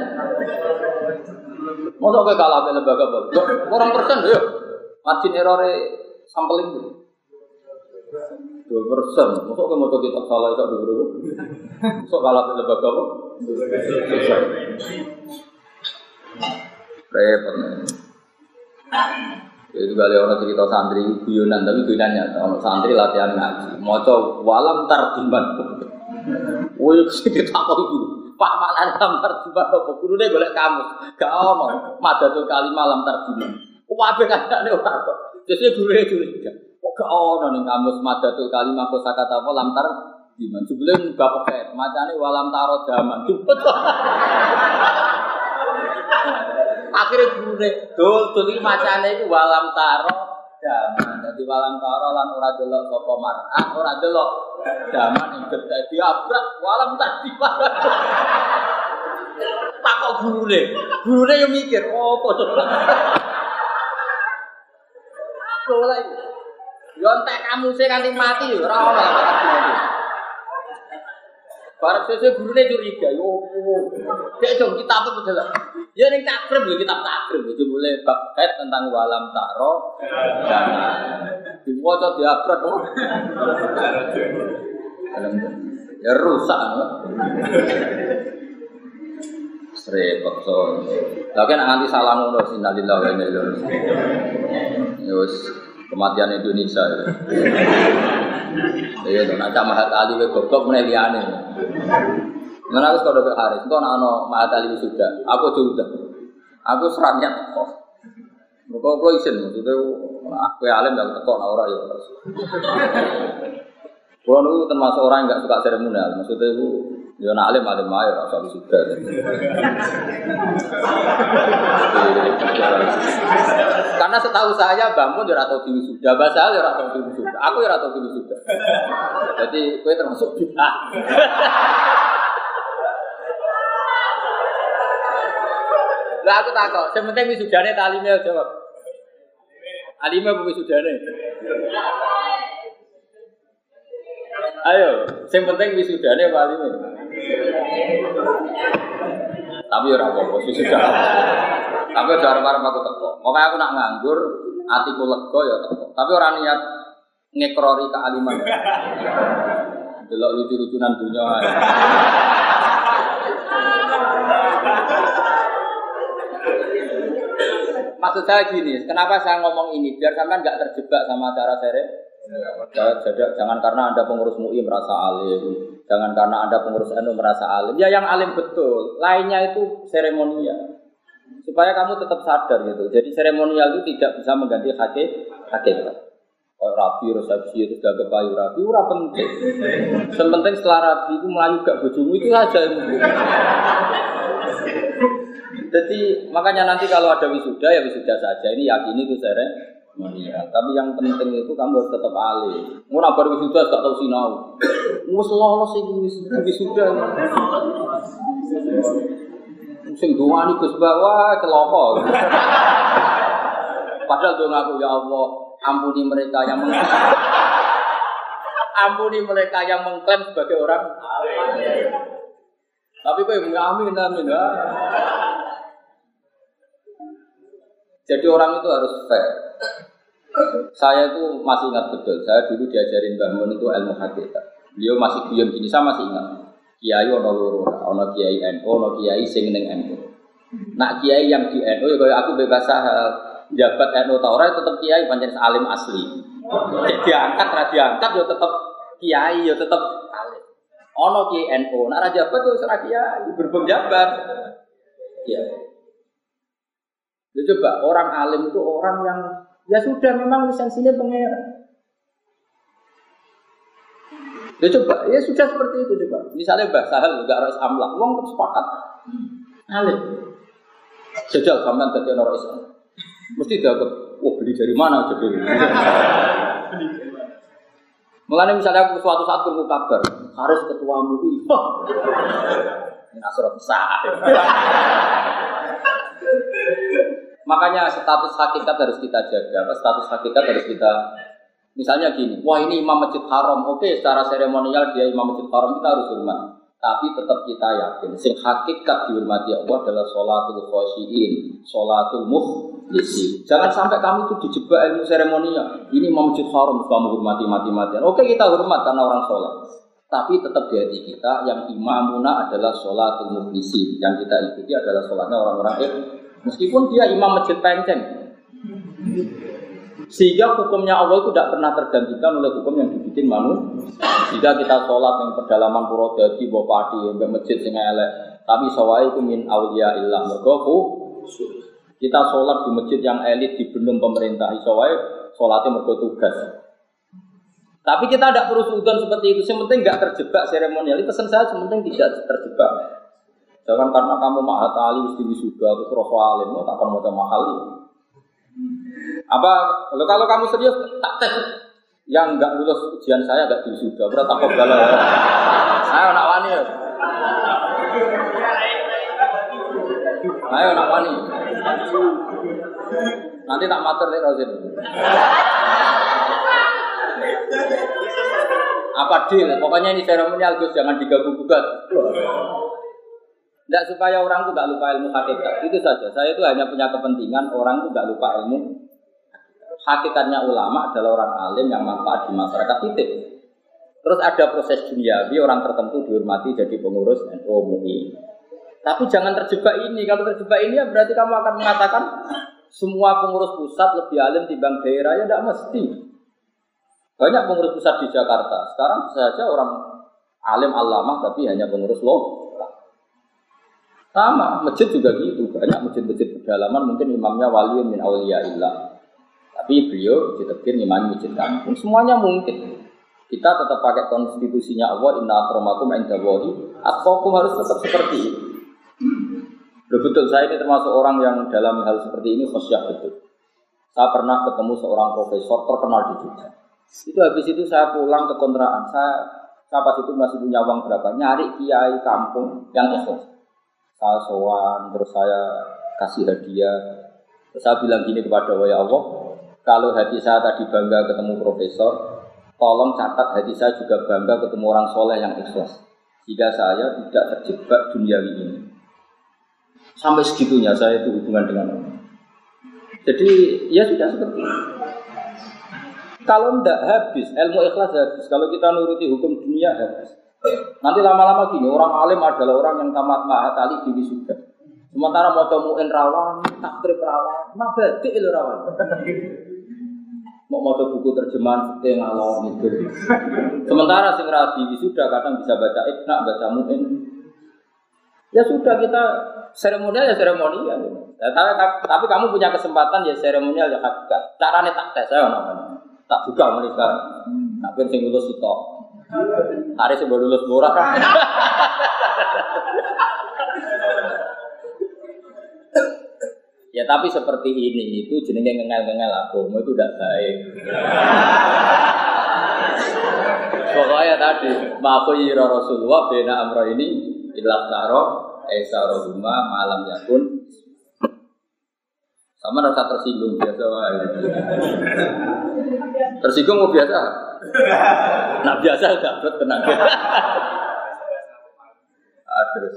Mosok kowe kalah be lembaga apa? 0% lho. Margin error sampling 2%. Mosok kowe moto kitab salah iso dulu. Mosok kalah be lembaga apa? Repot. Itu kali orang cerita santri guyonan tapi guyonannya orang santri latihan ngaji. Maca walam tardiman. Woi sing ditakon iku. Pak maknane lam tardiman apa? Gurune golek kamus. Gak ono madatul kalimah lam tardiman. Kabeh kancane ora kok. Dene gurune curiga. Kok gak ono ning kamus madatul kalimah kosakata apa lam tardiman. Jebule bab pet macane walam taro jaman. Akhirnya gurune dol iki macane iku walam taro jaman. Dadi walam taro lan ora delok sapa mar'ah, ora delok jaman ing dadi abrak walam tadi. Takok gurune yo mikir, opo to. Ora yo entek kamuse kanthi mati yo ora ono. Barang sesuk gurune curiga, yo. Dek dong kitab apa delok. Ya ning takrib lho kitab takrib itu boleh bab tentang walam taro. Diwaca diabrak kok. Ya rusak. Repot so. Lah kan nganti salah ngono sinalillah wa inna ilaihi raji'un. Ya wis kematian Indonesia. Ya to nak Mahat Ali we goblok meneh liyane. Mana aku sudah berharis, itu anak Mahat Ali sudah. Aku sudah, aku serangnya kok. Kau isen, maksudnya aku alim dan tekok orang ya. Kalau aku termasuk orang yang nggak suka seremonial, maksudnya itu ya nak alim air, rasa sudah. Karena setahu saya bangun ya atau tinggi sudah, bahasa ya atau tinggi sudah. Aku ya atau tinggi sudah. Jadi kue termasuk kita. Lah aku takok, sing penting wisudane ta alime jawab. Alime apa wisudane? Ayo, sing penting wisudane apa alime? Tapi ora apa-apa wisuda. Tapi ora arep-arep aku teko. Pokoke aku nak nganggur, atiku lega ya teko. Tapi ora niat ngekrori kealiman. Delok lucu-lucunan dunya. Maksud saya gini, kenapa saya ngomong ini? Biar sampean nggak terjebak sama acara sere. Jangan karena Anda pengurus MUI merasa alim, jangan karena Anda pengurus NU merasa alim. Ya yang alim betul, lainnya itu seremonial. Supaya kamu tetap sadar gitu. Jadi seremonial itu tidak bisa mengganti hakikat. Oh, rapi, resepsi itu gak kepayu rapi, ora penting. Sepenting setelah rapi itu melayu gak bojomu itu aja yang penting. Jadi makanya nanti kalau ada wisuda ya wisuda saja. Ini yakini itu seremonial. Tapi yang penting itu kamu harus tetap alim. Mau nabar wisuda gak tahu sinau. Mus lolos iki wisuda. Sing dongani Gus Bawa celaka. Padahal dong aku ya Allah, ampuni mereka yang mengklaim sebagai orang alim. Tapi kok amin. Jadi orang itu harus fair. Saya itu masih ingat betul. Saya dulu diajarin Mbah Mun itu ilmu hakikat. Beliau masih guyon gini, saya masih ingat. Kiai ono loro, ono kiai NU, ono kiai sing ning NU. Nak kiai yang di NU ya kaya aku bebas jabat NU ta ora tetep kiai pancen alim asli. Diangkat ra diangkat ya tetep kiai ya tetep alim. Ono kiai NU, nak ra jabat ya ora kiai, berbeng jabat. Kiai. Ya coba orang alim itu orang yang ya sudah memang lisensinya pengeran. Ya coba, ya sudah seperti itu coba. Misalnya Mbah Sahal juga harus amlak, uang tetap sepakat. Alim. Jajal sampean dadi orang Islam. Mesti dianggap, wah beli dari mana aja beli. Mulanya misalnya aku suatu saat ketemu kabar, harus ketua MUI. Ini asal besar. Makanya status hakikat harus kita jaga. Status hakikat harus kita, misalnya gini, wah ini imam masjid haram, oke secara seremonial dia imam masjid haram kita harus hormat. Tapi tetap kita yakin, sing hakikat dihormati Allah adalah sholatul khosyiin, sholatul mukhlisin. Jangan sampai kami itu dijebak ilmu seremonial. Ini imam masjid haram, kamu hormati mati-matian. Oke kita hormat karena orang sholat. Tapi tetap di hati kita yang imamuna adalah sholatul mukhlisin. Yang kita ikuti adalah sholatnya orang-orang meskipun dia imam masjid penceng. Sehingga hukumnya Allah itu tidak pernah tergantikan oleh hukum yang dibikin manusia. Jika kita sholat yang pedalaman Purwodadi, Bopati, yang masjid sing elek, tapi sawai itu min auliya illah mergo kita sholat di masjid yang elit di benung pemerintah, sawai sholatnya mergo tugas. Tapi kita tidak perlu sudon seperti itu. Yang penting nggak terjebak seremonial. Itu pesan saya, yang penting tidak terjebak. Jangan karena kamu mahat ali wisuda atau roh alim, tak akan mau mahal. Apa kalau kamu serius tak tes yang enggak lulus ujian saya enggak wisuda, berarti takut galau. Ayo nak wani. Ayo nak wani. Nanti tak matur nek Rozin. Apa deal? Pokoknya ini seremonial Gus, jangan diganggu-gugat. Tidak supaya orang itu tidak lupa ilmu hakikat. Itu saja. Saya itu hanya punya kepentingan orang itu tidak lupa ilmu. Hakikatnya ulama adalah orang alim yang manfaat di masyarakat titik. Terus ada proses duniawi, orang tertentu dihormati jadi pengurus NU MUI. Tapi jangan terjebak ini. Kalau terjebak ini ya berarti kamu akan mengatakan semua pengurus pusat lebih alim timbang daerah, ya tidak mesti. Banyak pengurus pusat di Jakarta. Sekarang bisa saja orang alim alamah tapi hanya pengurus lokal. Sama, masjid juga gitu. Banyak masjid-masjid pedalaman mungkin imamnya waliun min auliyaillah. Tapi beliau ditekir imam masjid kampung. Semuanya mungkin. Kita tetap pakai konstitusinya Allah, inna akramakum indallahi atqakum, harus tetap seperti itu. Betul, saya ini termasuk orang yang dalam hal seperti ini khusyuk betul. Saya pernah ketemu seorang profesor terkenal di Jogja. Itu habis itu saya pulang ke kontrakan. Saya pas itu masih punya uang berapa, nyari kiai kampung yang ikhlas. Saya sowan, terus saya kasih hadiah. Terus saya bilang gini kepada Allah, ya Allah, kalau hati saya tadi bangga ketemu profesor, tolong catat hati saya juga bangga ketemu orang soleh yang ikhlas. Jika saya tidak terjebak duniawi ini. Sampai segitunya saya itu hubungan dengan Allah. Jadi ya sudah seperti itu. Kalau tidak habis, ilmu ikhlas habis. Kalau kita nuruti hukum dunia habis. Nanti lama-lama gini, orang alim adalah orang yang tamat mahat ali di wisuda. Sementara mau temuin rawan, takrib rawan, mabadi itu rawan. Mau buku terjemahan fikih ngalor itu. Sementara sing radi wisuda kadang bisa baca Iqna, baca Mu'in. Ya sudah, kita seremonial ya seremonial. Ya, tapi kamu punya kesempatan ya seremonial ya hakikat. Caranya tak tes saya namanya. Tak buka mulai sekarang. Tak penting lulus itu. Hari sebelum lulus murah. Ya tapi seperti ini itu jenenge ngengel-ngengel agama itu tidak baik. Pokoknya tadi ma'khuyira Rasulullah bena amro ini ilah karo esaroma malam yakun. Sama rasa tersinggung biasa. Tersinggung mau biasa. Nah biasa dapat tenang. Terus.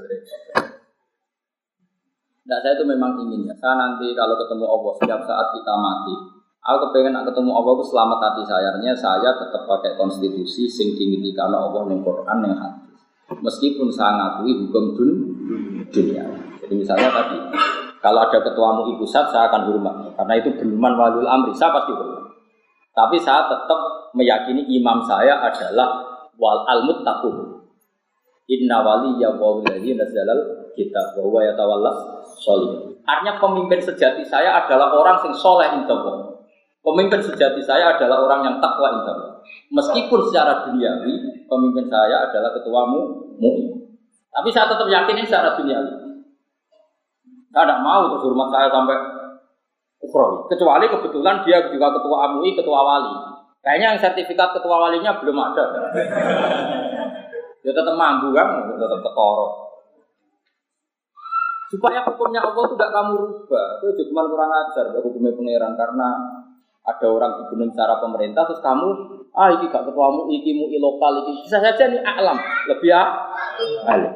Nah saya itu memang ingin ya. Saya nanti kalau ketemu Allah setiap saat kita mati, aku kepengen ketemu Allah itu selamat hati saya. Artinya saya tetap pakai konstitusi sing dinginkan Allah ning Quran ning hadis. Meskipun saya ngakui hukum dunia. Jadi misalnya tadi, kalau ada ketuamu ibu pusat saya akan hormat karena itu benuman waliul amri, saya pasti hormat. Tapi saya tetap meyakini imam saya adalah wal al-muttaqun. Inna waliyya wallazi nazzalal kitab wa huwa yatawallas sholihin. Artinya pemimpin sejati saya adalah orang yang soleh insyaallah. Pemimpin sejati saya adalah orang yang takwa insyaallah. Meskipun secara duniawi pemimpin saya adalah ketuamu mu'min. Tapi saya tetap yakin ini secara duniawi. Saya tidak mau terus hormat saya sampai ukhrawi. Kecuali kebetulan dia juga ketua MUI, ketua wali. Kayaknya yang sertifikat ketua walinya belum ada. Dia tetap mampu kan, tetap ketoro. Supaya hukumnya Allah itu tidak kamu rubah. Itu cuma kurang ajar hukumnya pangeran karena ada orang dibunuh secara pemerintah terus kamu iki gak ketuamu iki mu lokal iki bisa saja nih alam lebih alim.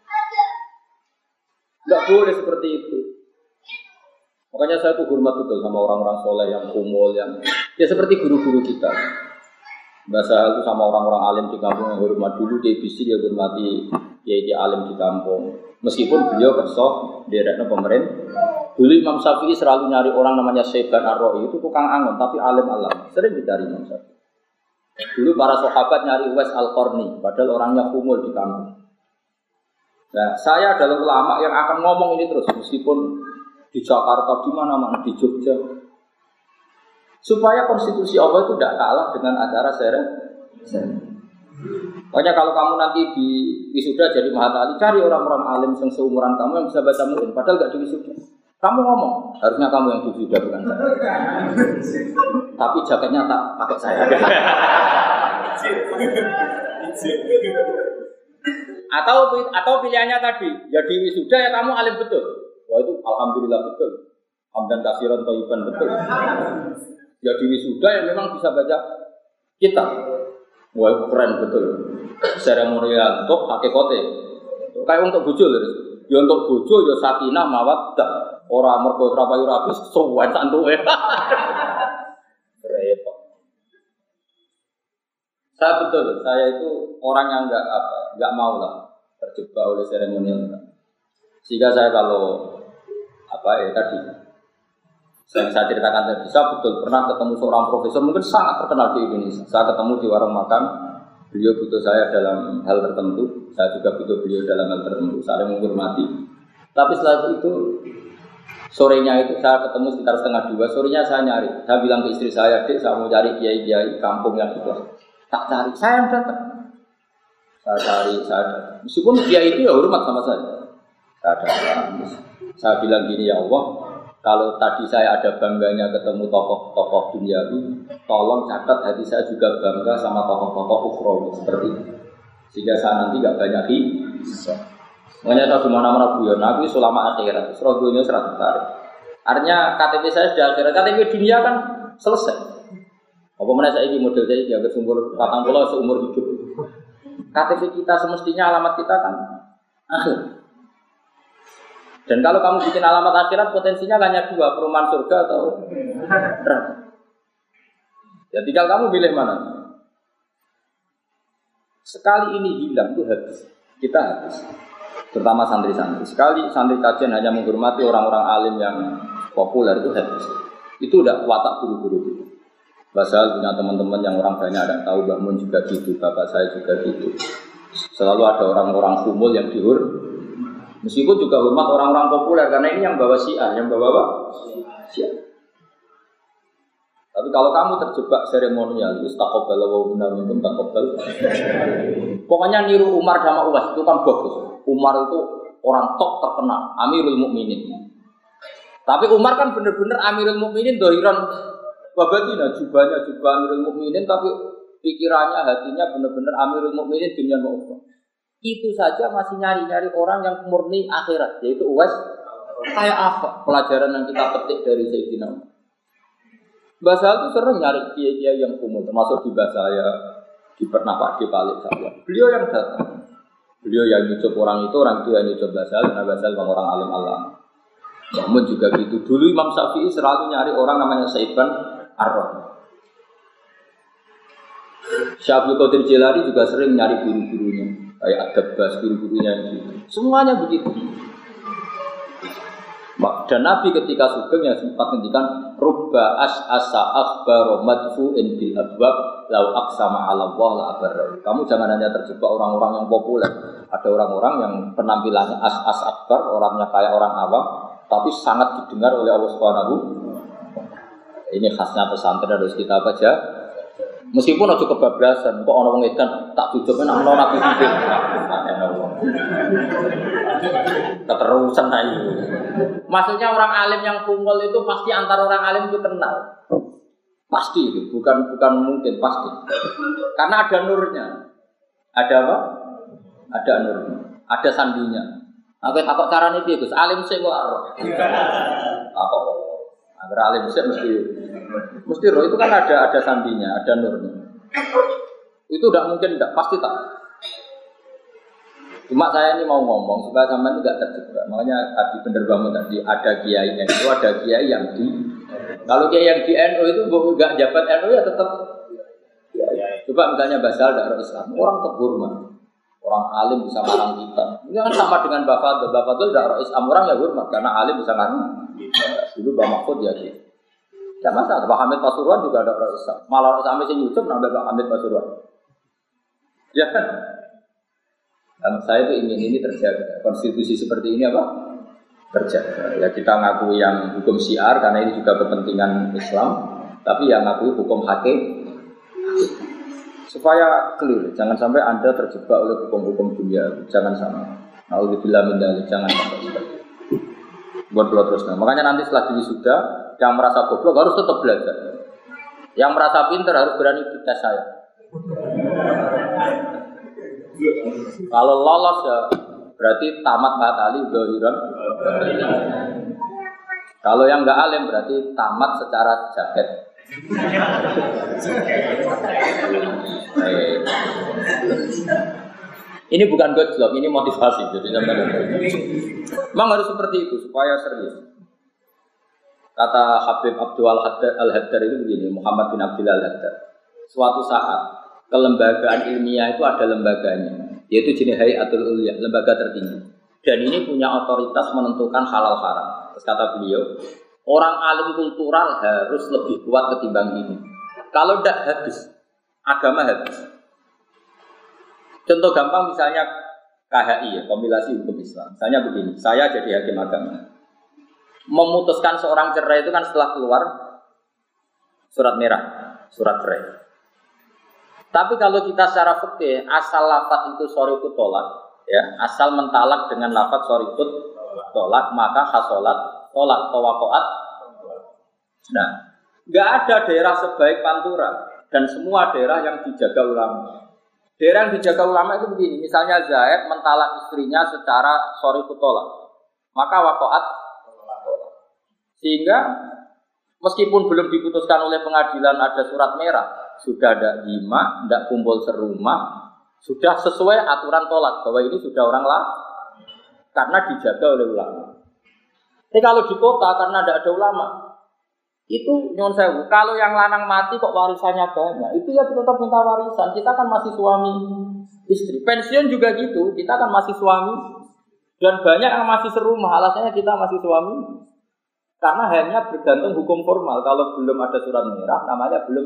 Enggak boleh seperti itu. Makanya saya tuh hormat betul sama orang-orang soleh yang kumul yang ya seperti guru-guru kita. Bahasa itu sama orang-orang alim di kampung yang hormat dulu dia bisa dia hormati dia alim di kampung. Meskipun beliau kerso di daerah pemerintah. Dulu Imam Syafi'i selalu nyari orang namanya Syaiban Ar-Ra'i itu tukang angon tapi alim alam. Sering dicari Imam Syafi'i. Dulu para sahabat nyari Uwais Al-Qarni padahal orangnya kumul di kampung. Nah, saya adalah ulama yang akan ngomong ini terus meskipun di Jakarta di mana-mana di Jogja. Supaya konstitusi Allah itu tidak kalah dengan acara seret. Makanya kalau kamu nanti di wisuda jadi Mahatali, cari orang-orang alim yang seumuran kamu yang bisa baca mu'in, padahal gak di wisuda. Kamu ngomong, harusnya kamu yang di wisuda bukan saya. Tapi jaketnya tak pakai saya. Atau pilihannya tadi, ya di wisuda ya kamu alim betul. Wah itu alhamdulillah betul. Hamdan kasiran thayyiban betul. Ya di wisuda yang memang bisa baca kitab. Wah itu keren betul. Seremonial untuk hakikote. Kayak untuk bojo lho. Ya untuk bojo ya sakinah mawaddah. Ora mergo rapayu rabis sowan santuke. Repot. Saya itu orang yang enggak mau lah terjebak oleh seremonial. Sehingga saya kalau tadi saya ceritakan tadi, saya betul pernah ketemu seorang profesor mungkin sangat terkenal di Indonesia. Saya ketemu di warung makan, beliau butuh saya dalam hal tertentu, saya juga butuh beliau dalam hal tertentu, saling menghormati. Tapi setelah itu sorenya itu saya ketemu sekitar 1:30, sorenya saya nyari. Saya bilang ke istri saya, "Dek, saya mau cari kiai-kiai kampung yang itu." Tak cari, saya yang datang. Saya cari. Meskipun kiai itu ya hormat sama saya. Saya datang. Saya bilang gini, ya Allah, kalau tadi saya ada bangganya ketemu tokoh-tokoh duniawi, tolong catat hati saya juga bangga sama tokoh-tokoh ukhrawi seperti itu. Sehingga saya nanti gak banyak hisab. Makanya saya dimana-mana guyon, aku ulama akhirat, surabaya 100 tarik. Artinya KTP saya sudah akhirat, KTP dunia kan selesai. Apa mana saya ini model saya ini, agak umur 40 seumur hidup. KTP kita semestinya alamat kita kan akhir. Dan kalau kamu bikin alamat akhirat potensinya hanya 2, perumahan surga atau neraka. Ya tinggal kamu pilih mana. Sekali ini hilang itu habis. Kita habis. Terutama santri-santri. Sekali santri kajian hanya menghormati orang-orang alim yang populer itu habis. Itu udah watak guru-guru itu. Basal punya teman-teman yang orang banyak ada tahu, Mbak Mun juga gitu, bapak saya juga gitu. Selalu ada orang-orang kumul yang dihormati. Meskipun juga hormat orang-orang populer karena ini yang bawa syiar, yang bawa apa? Syiar. Tapi kalau kamu terjebak seremonial, istaqobal wa minkum taqabbal. Pokoknya niru Umar sama Uwais itu kan bagus. Umar itu orang top terkenal, Amirul Mukminin. Tapi Umar kan benar-benar Amirul Mukminin dohiran babatina, jubahnya jubah Amirul Mukminin tapi pikirannya, hatinya benar-benar Amirul Mukminin dunia ukhra. Itu saja masih nyari-nyari orang yang murni akhirat, yaitu Uwais. Kayak apa pelajaran yang kita petik dari Sayyidina Umar? Mbak saya itu sering nyari kiai-kiai yang umum, termasuk di Mbak saya, di pernah Pak Depalik saya. Beliau yang datang, beliau yang nyucup orang itu yang nyucup Mbak saya, karena Mbak saya orang alim alam. Namun juga gitu, dulu Imam Syafi'i selalu nyari orang namanya Syaiban Ar-Ra'i. Syekh Qadir Jilani juga sering nyari guru-gurunya. Kayak Ad-Dabbas, guru-gurunya gitu. Semuanya begitu. Dan Nabi ketika sugeng yang sempat ngendikan rubba as'asa akhbar madfu'in bil abwab lau aqsama 'ala Allah la abarra. Kamu jangan hanya terjebak orang-orang yang populer. Ada orang-orang yang penampilannya as akbar, orangnya kayak orang awam, tapi sangat didengar oleh Allah Subhanahu. Ini khasnya pesantren harus kita baca. Meskipun aja kebablasan, kok ana wong edan tak jujurke nang ana nabi pimpin. Keterusan ae. Maksudnya orang alim yang kumpul itu pasti antara orang alim itu kenal. Pasti itu, bukan mungkin, pasti. Karena ada nurnya. Ada apa? Ada nurnya. Ada sandinya. Aku takut carane piye Gus? Alim sik kok ora. Takut. Agar alim sik mesti roh itu kan ada sandinya, ada nurnya. Itu tidak mungkin, tidak pasti tak. Cuma saya ini mau ngomong supaya sampean tidak terjebak. Makanya tadi bener banget tadi ada kiai NU, ada kiai yang di. Kalau kiai yang di NU itu enggak jabat NU ya tetap. Coba misalnya Basal dari Islam, orang terhormat, orang alim bisa ngarang kita. Ini kan sama dengan Bapak Fadl dari Islam, orang ya hormat karena alim bisa ngarang. Dulu Mbak Mahfud ya gitu. Tidak masalah. Pak Hamid Pasuruan juga ada orang Islam. Malah orang Islam yang YouTube nambah Pak Hamid Pasuruan. Ya kan? Dan saya itu ingin ini terjaga. Konstitusi seperti ini apa? Terjaga. Ya kita ngakui yang hukum syiar karena ini juga kepentingan Islam. Tapi yang ngakui hukum hakim. Supaya clear. Jangan sampai Anda terjebak oleh hukum-hukum dunia. Jangan sampai. Nauzubillah min dzalik. Jangan sampai seperti itu. Buat terus. Makanya nanti setelah ini sudah, yang merasa goblok harus tetap belajar. Yang merasa pintar harus berani dites saya. Kalau lolos ya berarti tamat matali zahiran. Kalau yang enggak alim berarti tamat secara jaket. Ini bukan gojlok, ini motivasi. Jadi memang harus seperti itu supaya serius. Kata Habib Abdul Al-Haddar itu begini, Muhammad bin Abdul Al-Haddar. Suatu saat kelembagaan ilmiah itu ada lembaganya, yaitu jenis Hayatul Ulya, lembaga tertinggi. Dan ini punya otoritas menentukan halal haram. Terus kata beliau, orang alim kultural harus lebih kuat ketimbang ini. Kalau tidak habis, agama habis. Contoh gampang misalnya KHI ya, kompilasi hukum Islam. Misalnya begini, saya jadi hakim agama. Memutuskan seorang cerai itu kan setelah keluar surat merah, surat cerai. Tapi kalau kita secara fikih asal lafaz itu sorikut tolak, ya, asal mentalak dengan lafaz sorikut tolak, maka hasolat tolak tawakoat. Nah, nggak ada daerah sebaik Pantura dan semua daerah yang dijaga ulama. Daerah yang dijaga ulama itu begini, misalnya Zaid mentalak istrinya secara sorikut tolak, maka wakoat. Sehingga meskipun belum diputuskan oleh pengadilan ada surat merah, sudah ada jima, tidak kumpul serumah, sudah sesuai aturan tolak bahwa ini sudah orang lah, karena dijaga oleh ulama. Tapi kalau di kota karena tidak ada ulama, itu nyuwun sewu. Kalau yang lanang mati kok warisannya banyak, itu ya tetap minta warisan. Kita kan masih suami istri. Pensiun juga gitu, kita kan masih suami. Dan banyak yang masih serumah, alasannya kita masih suami. Karena hanya bergantung hukum formal. Kalau belum ada surat merah, namanya belum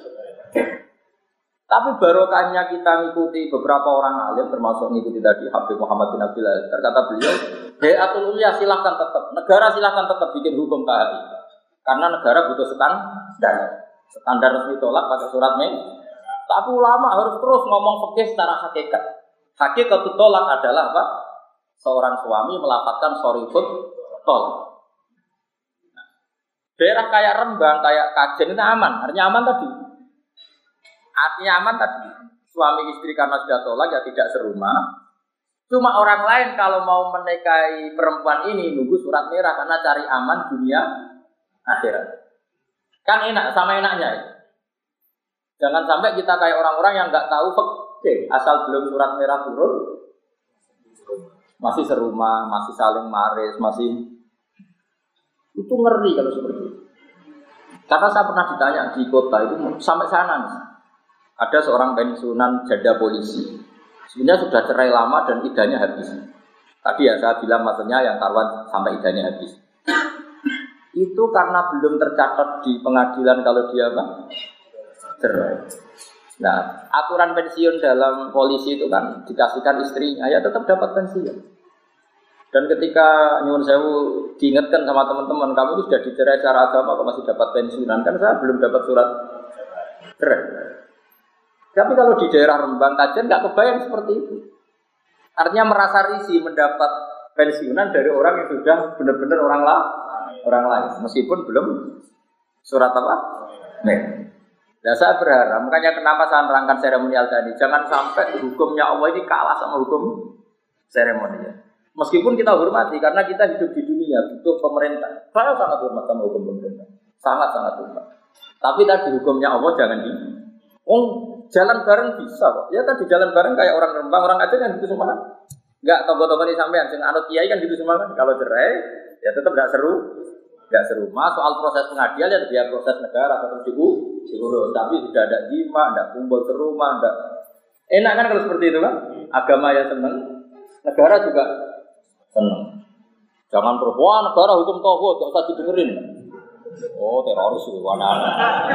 Tapi barokahnya kita mengikuti beberapa orang alim, termasuk mengikuti tadi Habib Muhammad bin Abdul Aziz. Kata beliau, Hayatul Ulya silahkan tetap, negara silahkan tetap bikin hukum KHI. Karena negara butuh standar resmi tolak pakai surat merah. Tapi ulama harus terus ngomong fikih secara hakikat. Hakikat tolak adalah apa? Seorang suami melafadzkan sorifut tolak. Daerah kayak Rembang, kayak Kajen itu aman. Artinya aman tadi. Artinya aman tadi. Suami istri karena sudah tolak ya tidak serumah. Cuma orang lain kalau mau menikahi perempuan ini nunggu surat merah karena cari aman dunia akhirat. Kan enak, sama enaknya ya. Jangan sampai kita kayak orang-orang yang nggak tahu fikih, asal belum surat merah turun masih serumah, masih saling maris, masih itu ngeri kalau seperti itu. Karena saya pernah ditanya di kota itu sampai sana nih. Ada seorang pensiunan janda polisi. Sebenarnya sudah cerai lama dan idahnya habis. Tadi ya saya bilang maksudnya yang taruhan sampai idahnya habis. Itu karena belum tercatat di pengadilan kalau dia apa? Cerai. Nah, aturan pensiun dalam polisi itu kan dikasihkan istrinya ya tetap dapat pensiun. Dan ketika nyuwun sewu diingatkan sama teman-teman, kamu itu sudah dicerai secara agama kok masih dapat pensiunan, kan saya belum dapat surat cerai. Tapi kalau di daerah Rembang, Kajen nggak kebayang seperti itu. Artinya merasa risih mendapat pensiunan dari orang yang sudah benar-benar orang lain, meskipun belum surat apa? Nih. Nah, saya berharap, makanya kenapa saya nerangkan seremonial tadi, jangan sampai hukumnya Allah ini kalah sama hukum seremonial. Meskipun kita hormati karena kita hidup di dunia, butuh pemerintah. Saya sangat hormat sama hukum pemerintah. Sangat-sangat hormat. Tapi tadi hukumnya Allah jangan di. Jalan bareng bisa kok. Ya tadi jalan bareng kayak orang Rembang, orang Aceh kan gitu semua. Enggak tokoh-tokoh ini sampean sing anut kiai kan gitu semua kan. Kalau cerai ya tetap enggak seru. Enggak seru. Mas soal proses pengadilan ya biar proses negara tetap diurus. Tapi sudah ada jima, enggak kumpul ke rumah, enggak. Enak kan kalau seperti itu kan? Agama ya seneng, negara juga seneng. Jangan terus wah negara hukum tauhid enggak usah didengerin. Oh, teroris itu anak-anak.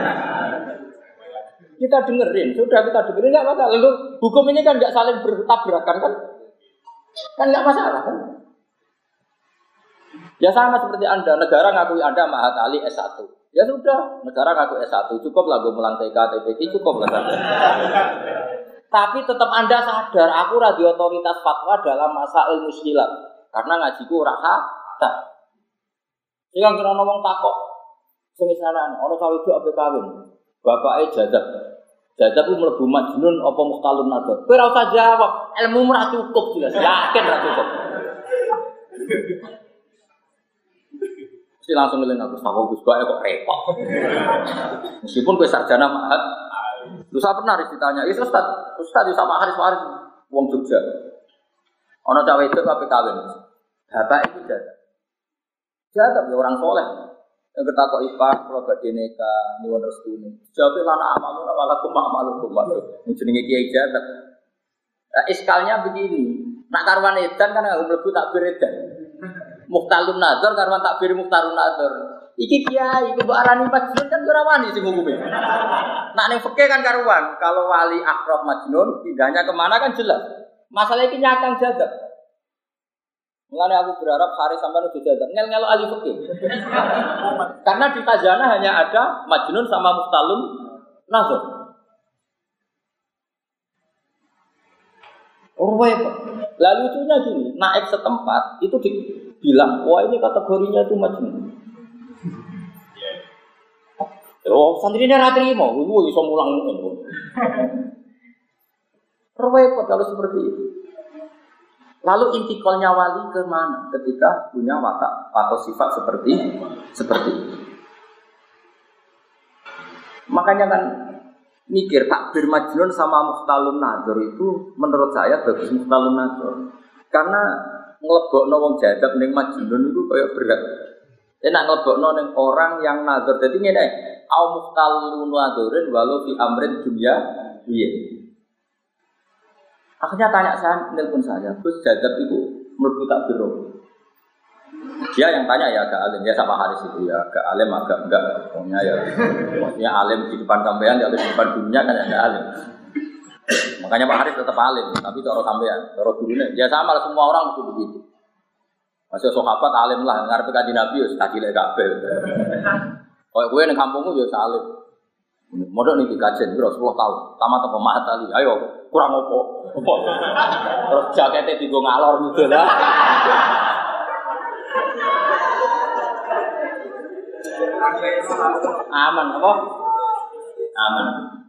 Kita dengerin, sudah kita dengerin enggak masalah. Lalu hukum ini kan enggak saling bertabrakan kan? Kan enggak masalah kan? Ya sama seperti Anda, negara ngakui Anda Mahat Ali S1. Ya sudah, negara ngaku S1 cukup lah gue melang TK, TPK cukup lah. Tapi tetap Anda sadar, aku radio otoritas fatwa dalam masail muskilat. Karena ngajiku ora hak. Sing kira ngomong takok. Sing misalan ana cawe itu ape kawin. Bapake jadah. Jadah ku mlebu majnun apa muhtalun nador. Kowe ora usah jawab, ilmu ora cukup jelas. Yakin ora cukup. Mesti langsung ngeling aku takok Gus bae kok repot. Meskipun kowe sarjana mahat. Lu saya pernah harus ditanya, Ustaz sama Haris wong Jogja. Ana cawe itu ape kawin. Bapak itu jadah. Jadah ya orang soleh. Yang ketakok ipah kula badhe nikah nyuwun restune. Jawabe lana amalu walakum amalukum. Jenenge kiai jadah. Nah, iskalnya begini. Nak karwan edan kan aku mlebu takbir edan. Muhtalun nazar karwan takbir muhtalun nazar. Iki kiai iku mbok arani majnun kan ora wani sing hukume. Nak ning fikih kan karuan, kalau wali akrab majnun pindahnya kemana kan jelas. Masalah iki nyakang jagat. Mulane aku berharap Haris sampean udah jagat ngel-ngelo ahli fikih. Karena di khazanah hanya ada majnun sama muhtalun nazar. Lalu itunya gini, naik setempat itu dibilang, wah ini kategorinya itu majnun. Oh, santri ini ratri mau, iso mulang ngono. Repot kalau seperti itu. Lalu intikalnya wali ke mana ketika punya watak atau sifat seperti itu. Makanya kan mikir takbir majnun sama muhtalun nazar itu menurut saya bagus muhtalun nazar. Karena nglebokno wong jadab ning majnun itu kayak berat. Enak nglebokno ning orang yang nazar. Dadi ngene, au muhtalun nazarin walau fi amrin dunya piye. Akhirnya tanya saya, nelpon saya, Gus jadab itu mlebu takbir. Dia yang tanya ya agak alim, ya sama Haris itu ya agak alim agak enggak. Pokoknya ya, maksudnya alim di depan sampean, di depan dunia kan agak alim. Makanya Pak Haris tetap alim, tapi cara sampean, cara gurunya, ya sama lah semua orang mesti begitu. Masih sahabat alim lah, ngarepe kanjeng Nabi wis kacile kabeh. Kayak kowe ning kampungmu ya alim. Modok nih dikajen, bro, 10 tahun. Tamat apa Mahat Ali? Ayo, kurang opo. Terus jaketnya digo ngalor gitu lah. Aman, apa? Aman.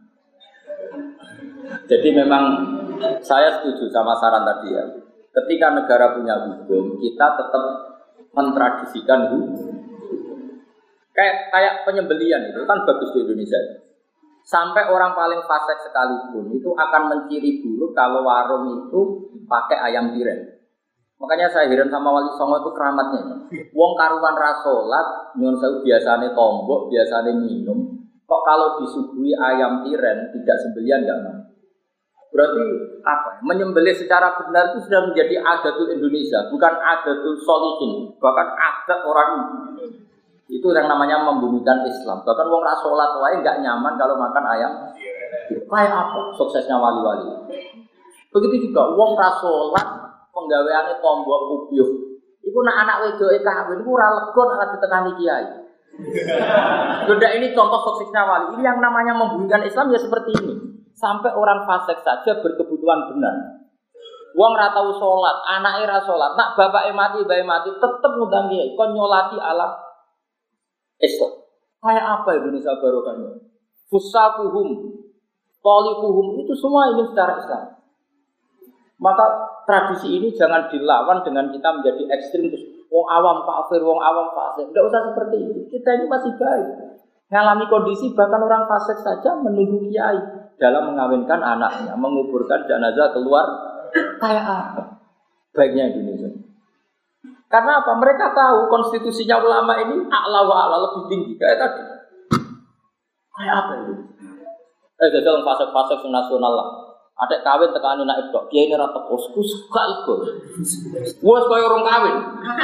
Jadi memang saya setuju sama saran tadi ya. Ketika negara punya hukum, kita tetap mentradisikan hukum. Kayak penyembelian itu kan bagus di Indonesia. Sampai orang paling fasik sekalipun itu akan menciri buruk kalau warung itu pakai ayam tiren. Makanya saya heran sama Wali Songo itu keramatnya. Wong karuan rasolat, nyon sewu biasane tombok, biasane minum. Kok kalau disuguhi ayam tiren tidak sembelian enggak mau. Berarti apa? Menyembelih secara benar itu sudah menjadi adatul Indonesia, bukan adatul solihin, bahkan adat orang. Itu yang namanya membumikan Islam. Bahkan wong ra salat wae enggak nyaman kalau makan ayam. Kayak apa suksesnya wali-wali? Begitu juga wong ra salat penggaweane tombok kubyuh. Iku nek anak wedoke kawin iku ora lega nek ditekani kiai. Sudah ini contoh suksesnya wali. Ini yang namanya membumikan Islam ya seperti ini. Sampai orang fasik saja berkebutuhan benar. Wong ra tau salat, anake ra salat, nak bapake mati, bae mati tetep ngundang kiai kon nyolati ala Islam. Kayak apa Indonesia barokahnya? Fusakuhum, tolikuhum itu semua ingin secara Islam. Maka tradisi ini jangan dilawan dengan kita menjadi ekstrim terus wong awam kafir, wong awam fasik. Tidak usah seperti itu. Kita ini masih baik. Mengalami kondisi bahkan orang fasik saja menunggu kiai dalam mengawinkan anaknya, menguburkan jenazah keluar kayak apa? Baiknya Indonesia. Karena apa? Mereka tahu konstitusinya ulama ini a'la wa a'la lebih tinggi kayak tadi. Kayak apa itu? Dalam fase-fase nasional lah. Ada kawin tekan anak ibdok, kiai ini rata posku suka itu. Wah, kayak orang kawin.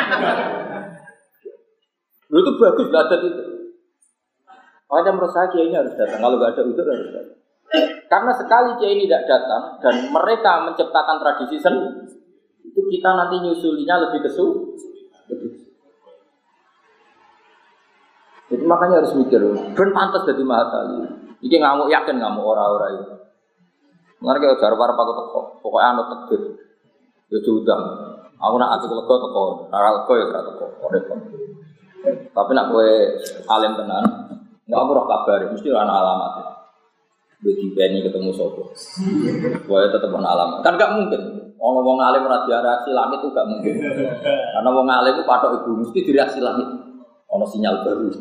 Itu bagus belajar itu. Makanya menurut saya kiai ini harus datang. Kalau nggak ada udur harus datang. Karena sekali kiai ini tidak datang dan mereka menciptakan tradisi sendiri, itu kita nanti nyusulinya lebih kesu. Jadi makanya harus mikir, ben pantas jadi mahatali. Iki ngamuk yakin ngamuk ora-ora itu. Mereka udah para pakai toko, pokoknya anu tekbir, ya diundang. Aku nak ati lega toko, ora lega ya ora teko. Tapi nak kowe alim tenan, nggak perlu kabar, mesti ana alamat. Bagi beni ketemu sopo, kowe tetep ana alamat. Kan nggak mungkin. Orang wong alim ora direaksi langit itu nggak mungkin. Karena wong alim itu patok ibu mesti direaksi langit. Ono sinyal baru.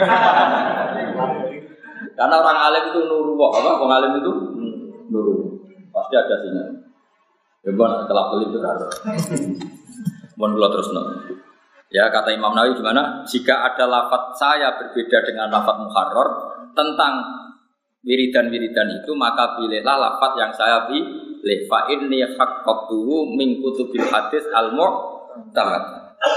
Karena orang alim itu nuru kok, apa? Wong alim itu nuru. Pasti ada sinyal. Ya bon, kelap kelip berarti. Mohon kula terusno. Ya kata Imam Nawawi gimana? Jika ada lafaz saya berbeda dengan lafaz muharrar tentang wiridan-wiridan itu, maka pilihlah lafaz yang saya pilih. Fa inni haqqatuhu min kutubil hadis al-mu'tamad.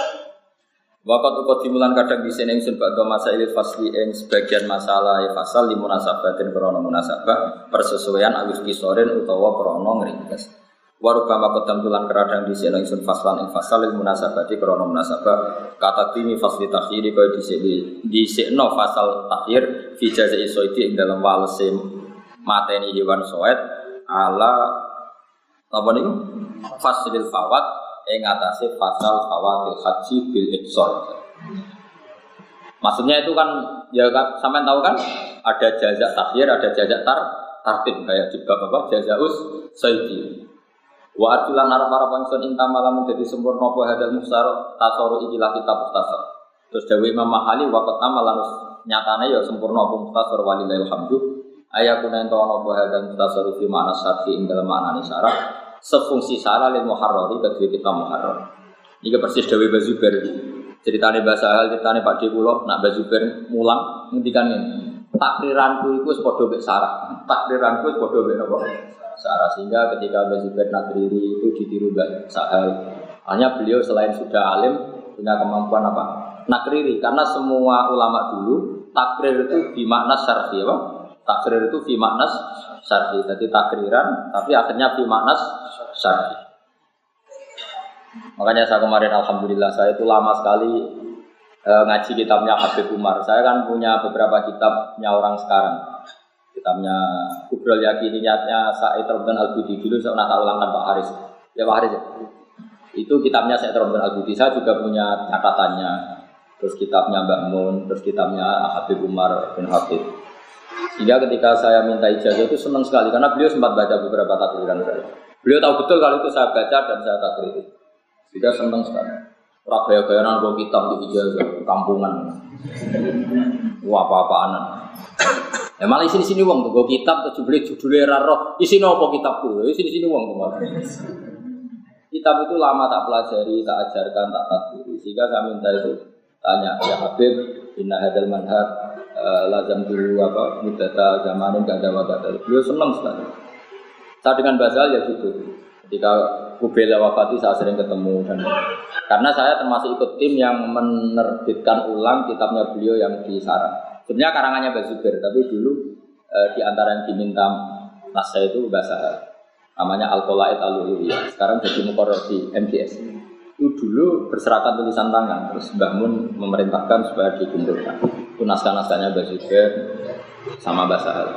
Waqat uqad dimulan kadang disene ingsun badha masail fasli ing sebagian masalah fasal li munasabatin krana munasabah persesuaian alif kisoren utawa krana ngringkes. Waruba maqatam tulan kadang disene ingsun faslan ing fasal li munasabati krana munasabah kata timi fasli takhiri kaya disekno fasal takhir fi jazai soiti ing dalam walese mateni hewan soet ala apa niku faslil fawat ing atase pasal fawatil haji bil iksor. Maksudnya itu kan ya sampean tahu kan ada jazak takhir, ada jazak tartib kayak di bab apa jazaus sayyidi. Wa atulan arep-arep ingsun intama lamun dadi sempurna apa hadal musar tasaru ikilah kitab mukhtasar. Terus dawuh Imam Mahali wa qatama lan nyatane ya sempurna apa mukhtasar walillahil hamdu. Ayakuna ento ana apa hadal mukhtasar fi ma'na syarhi ing dalam maknane syarah. Sefungsi syarah lil muharrari kedua kita muharrar. Ini persis Dewi Bazuber. Ceritane bahasa hal ceritane Pak D kula nak Bazuber mulang ngendikan ngene. Takriranku iku wis padha mek syarah. Takriranku wis padha mek napa? Syarah sehingga ketika Bazuber nakriri itu ditiru Mbak Sahal. Hanya beliau selain sudah alim punya kemampuan apa? Nakriri karena semua ulama dulu takrir itu bermakna syar'i apa? Takrir itu fi maknas syar'i. Jadi takriran tapi akhirnya fi maknas syar'i. Makanya saya kemarin alhamdulillah saya itu lama sekali ngaji kitabnya Habib Umar. Saya kan punya beberapa kitabnya orang sekarang. Kitabnya Kubrul Yakiniyatnya Said Robdan Al-Budi dulu saya pernah ulangkan Pak Haris. Ya Pak Haris ya. Itu kitabnya Said Robdan Al-Budi. Saya juga punya catatannya. Terus kitabnya Mbak Mun, terus kitabnya Habib Umar bin Habib. Sehingga ketika saya minta ijazah itu senang sekali karena beliau sempat baca beberapa takriran saya. Beliau tahu betul kalau itu saya baca dan saya takriri. Sehingga senang sekali. Ora gaya-gayanan bawa kitab di ijazah kampungan. Wah apa-apaan. Ya malah sini-sini wong tuh kitab tuh judulnya raro. Isine apa kitabku? Sini-sini wong tuh. Kitab itu lama tak pelajari, tak ajarkan, tak takriri. Sehingga saya minta itu tanya ya Habib, inna hadal manhaj lazam dulu apa mudata zamanin gak ada waktu. Beliau senang sekali. Saya dengan Basal ya gitu. Ketika Kubela wafati saya sering ketemu dan karena saya termasuk ikut tim yang menerbitkan ulang kitabnya beliau yang di Sarang. Sebenarnya karangannya Bazuber, tapi dulu di antara yang diminta naskah itu bahasa namanya Al-Qolaid Al-Uluwiyah. Sekarang jadi muqarrar di MDS. Itu dulu berserakan tulisan tangan, terus Mbah Mun memerintahkan supaya dikumpulkan. Itu naskah-naskahnya Bazuber sama bahasa Hal.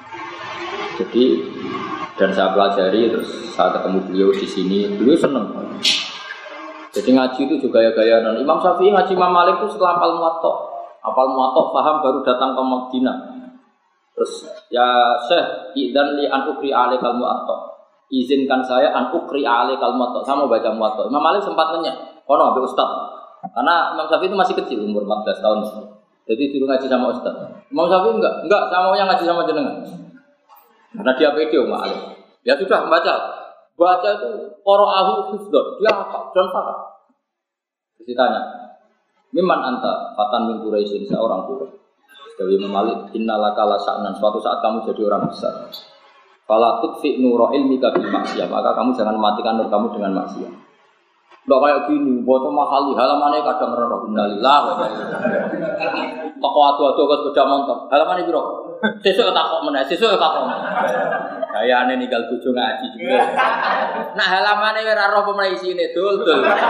Jadi dan saya pelajari terus saya ketemu beliau di sini, beliau seneng. Jadi ngaji itu juga gaya-gaya. Dan Imam Syafi'i ngaji Imam Malik itu setelah apal muwatta paham baru datang ke Madinah. Terus ya Syekh idzan li an ukri alaikal muwatta. izinkan saya an ukri ale kalmato, saya mau baca muwatta. Imam Malik sempat nanya, kono ambil ustad, karena Imam Syafi'i itu masih kecil, umur 14 tahun, jadi dulu ngaji sama ustad. Imam Syafi'i enggak, saya mau yang ngaji sama jenengan, karena dia pede Malik. Ya sudah baca itu qara'ahu hifdzan, dia hafal dan paham. Terus ditanya, "Mimman anta?" Fatan min Quraisyin, seorang Quraisy. Dari Imam Malik, "Innalaka la sa'nan." Suatu saat kamu jadi orang besar. Fala tudfi nura ilmika bil maksiyah, maka kamu jangan matikan nur kamu dengan maksiat. Enggak kayak gini, baca mahali halamannya kadang roh innalillah wa inna ilaihi raji'un. Kok adu-adu ke sepeda motor. Halamannya piro? Sesuk takok meneh, sesuk takok. Gayane ninggal bojo ngaji juga. Nah halamannya ora roh pemene isine dul.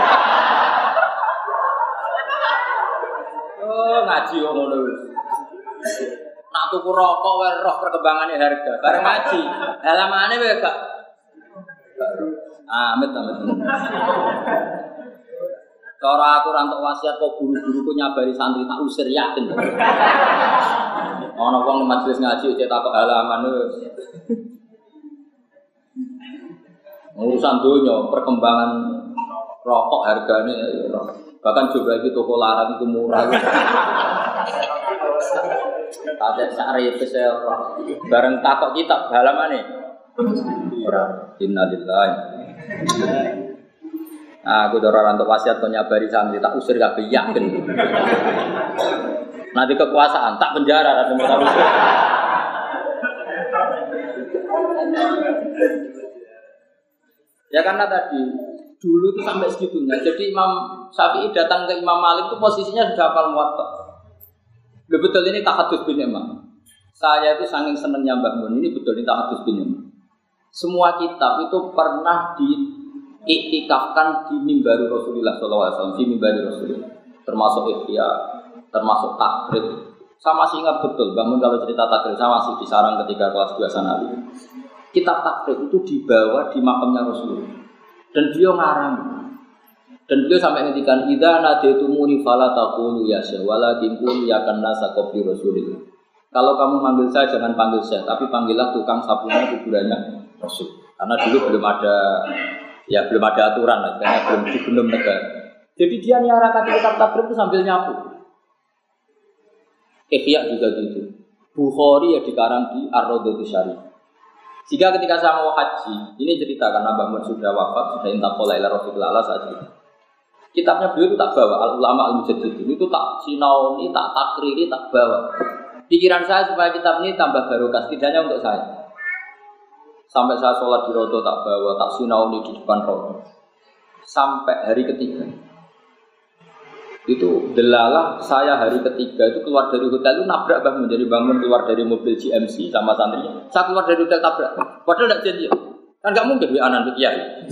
Oh, ngaji kok ngono. Nak tuku rokok wae roh perkembangannya harga. Bareng ngaji, halamane wae gak. Amit. Cara aku rantuk wasiat kok guru-guruku nyabari santri tak usir yakin. Ana wong majelis ngaji cek takok halaman wis. Urusan donya, perkembangan rokok harganya bahkan juga itu toko larang itu murah. Ada sari besar bareng takok kitab halaman nih. Innalillahi. Aku dorong untuk wasiat kau nyabari santri tak usir gak yakin. Nanti kekuasaan tak penjara dan semua tak usir. Ya karena tadi dulu itu sampai segitunya. Jadi Imam Syafi'i datang ke Imam Malik itu posisinya sudah hafal Muwatta. Betul ini tahadus bin Imam. Saya itu saking senengnya Mbak Mun ini betul ini tahadus bin Imam. Semua kitab itu pernah diiktikafkan di mimbar Rasulullah SAW, di mimbar Rasulullah. Termasuk Ihya, termasuk takrib. Saya masih ingat betul, Mbak Mun kalau cerita takrib saya masih di sarang ketika kelas 2 Sanawi. Kitab takrib itu dibawa di makamnya Rasulullah dan beliau ngarang dan beliau sampai ngendikan idza nadaitumuni fala taqulu ya syekh walakin qul ya kannasa qabli Rasulillah. Kalau kamu manggil saya jangan panggil syekh tapi panggillah tukang sapunya kuburannya Rasul. Karena dulu belum ada aturan lah, karena belum negara. Jadi dia nyarakan kitab takrib itu sambil nyapu. Ihya juga gitu. Bukhari ya dikarang di Ar-Raudhatus Syarif. Jika ketika saya mau haji, ini cerita karena Mbah Mun sudah wafat, sudah intaqala ila Rafiqil A'la saat itu. Kitabnya beliau itu tak bawa, Al-Ulama Al-Mujaddid itu tak sinauni, tak takriri, tak bawa. Pikiran saya supaya kitab ini tambah barokah, setidaknya untuk saya. Sampai saya sholat di Rodo tak bawa, tak sinauni di depan Rodo. Sampai hari ketiga. Itu delalah saya hari ketiga itu keluar dari hotel itu nabrak Mbah Mun. Jadi bangun keluar dari mobil GMC sama santri. Saya keluar dari hotel tabrak. Padahal tidak janji. Kan nggak mungkin di anak kiai.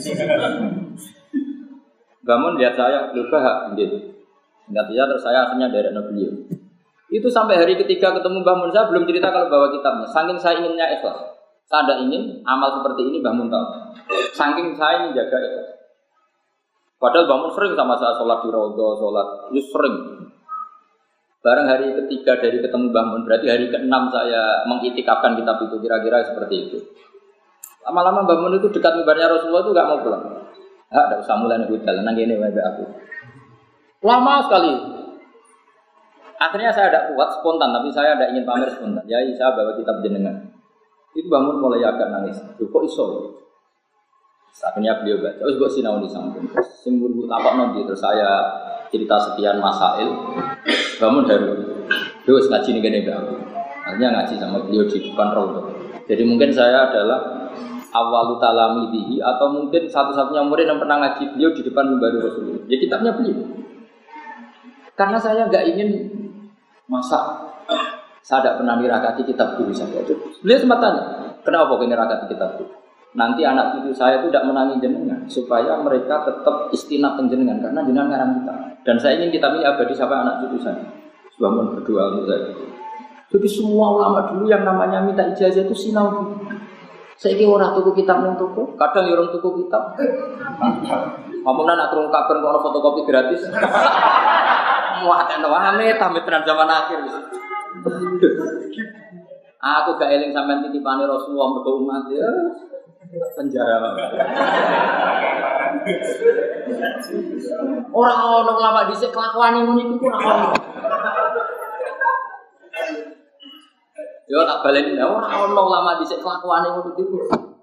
Mbah Mun lihat saya lebah gitu. Ingatnya terus saya akhirnya dari beliau. Itu sampai hari ketiga ketemu Mbah Mun saya belum cerita kalau bawa kitabnya. Saking saya inginnya ikhlas. Saya tidak ingin amal seperti ini Mbah Mun tahu. Saking saya ingin jaga ikhlas. Padahal bangun sering sama saya sholat di Raudhah, sholat itu sering. Bareng hari ketiga dari ketemu bangun, berarti hari ke-6 saya mengitikafkan kitab itu, kira-kira seperti itu. Lama-lama bangun itu dekat mimbarnya Rasulullah itu gak mau pulang. Tidak usah mulai hotel, nang ini wajah aku. Lama sekali. Akhirnya saya tidak kuat spontan, tapi saya tidak ingin pamer spontan. Ya, saya bawa kitab jenengan. Itu bangun mulai agak nangis. Kok iso? Akhirnya beliau baca, terus buat sinau di samping. Simbol tapak nanti terus saya cerita sekian masail. Bangun dari terus ngaji nih gini aku. Akhirnya ngaji sama beliau di depan Raudhah. Jadi mungkin saya adalah awalu talamidihi atau mungkin satu-satunya murid yang pernah ngaji beliau di depan mimbar Rasulullah. Ya kitabnya beliau. Karena saya nggak ingin masa saya tidak pernah nirakati kitab guru saya. Beliau sempat tanya, kenapa kau nirakati kitab guru? Nanti anak cucu saya itu tidak menangi jenengan supaya mereka tetap istinat jenengan karena jenengan ngarang kita. Dan saya ingin kitab ini abadi sampai anak cucu saya. Bangun berdoa untuk saya. Jadi semua ulama dulu yang namanya minta ijazah itu sinau. Saya kira orang tuku kitab nang toko, kadang orang tuku kitab. Ngomongnya nak turun kabar kalau fotokopi gratis. Muat amit tenan zaman akhir. Aku gak eling sampean titipane Rasulullah mergo umat ya. penjara. Orang ono lama dhisik kelakuane ngono iku ora ono. Yo tak baleni ora ono lama dhisik kelakuane ngono iku.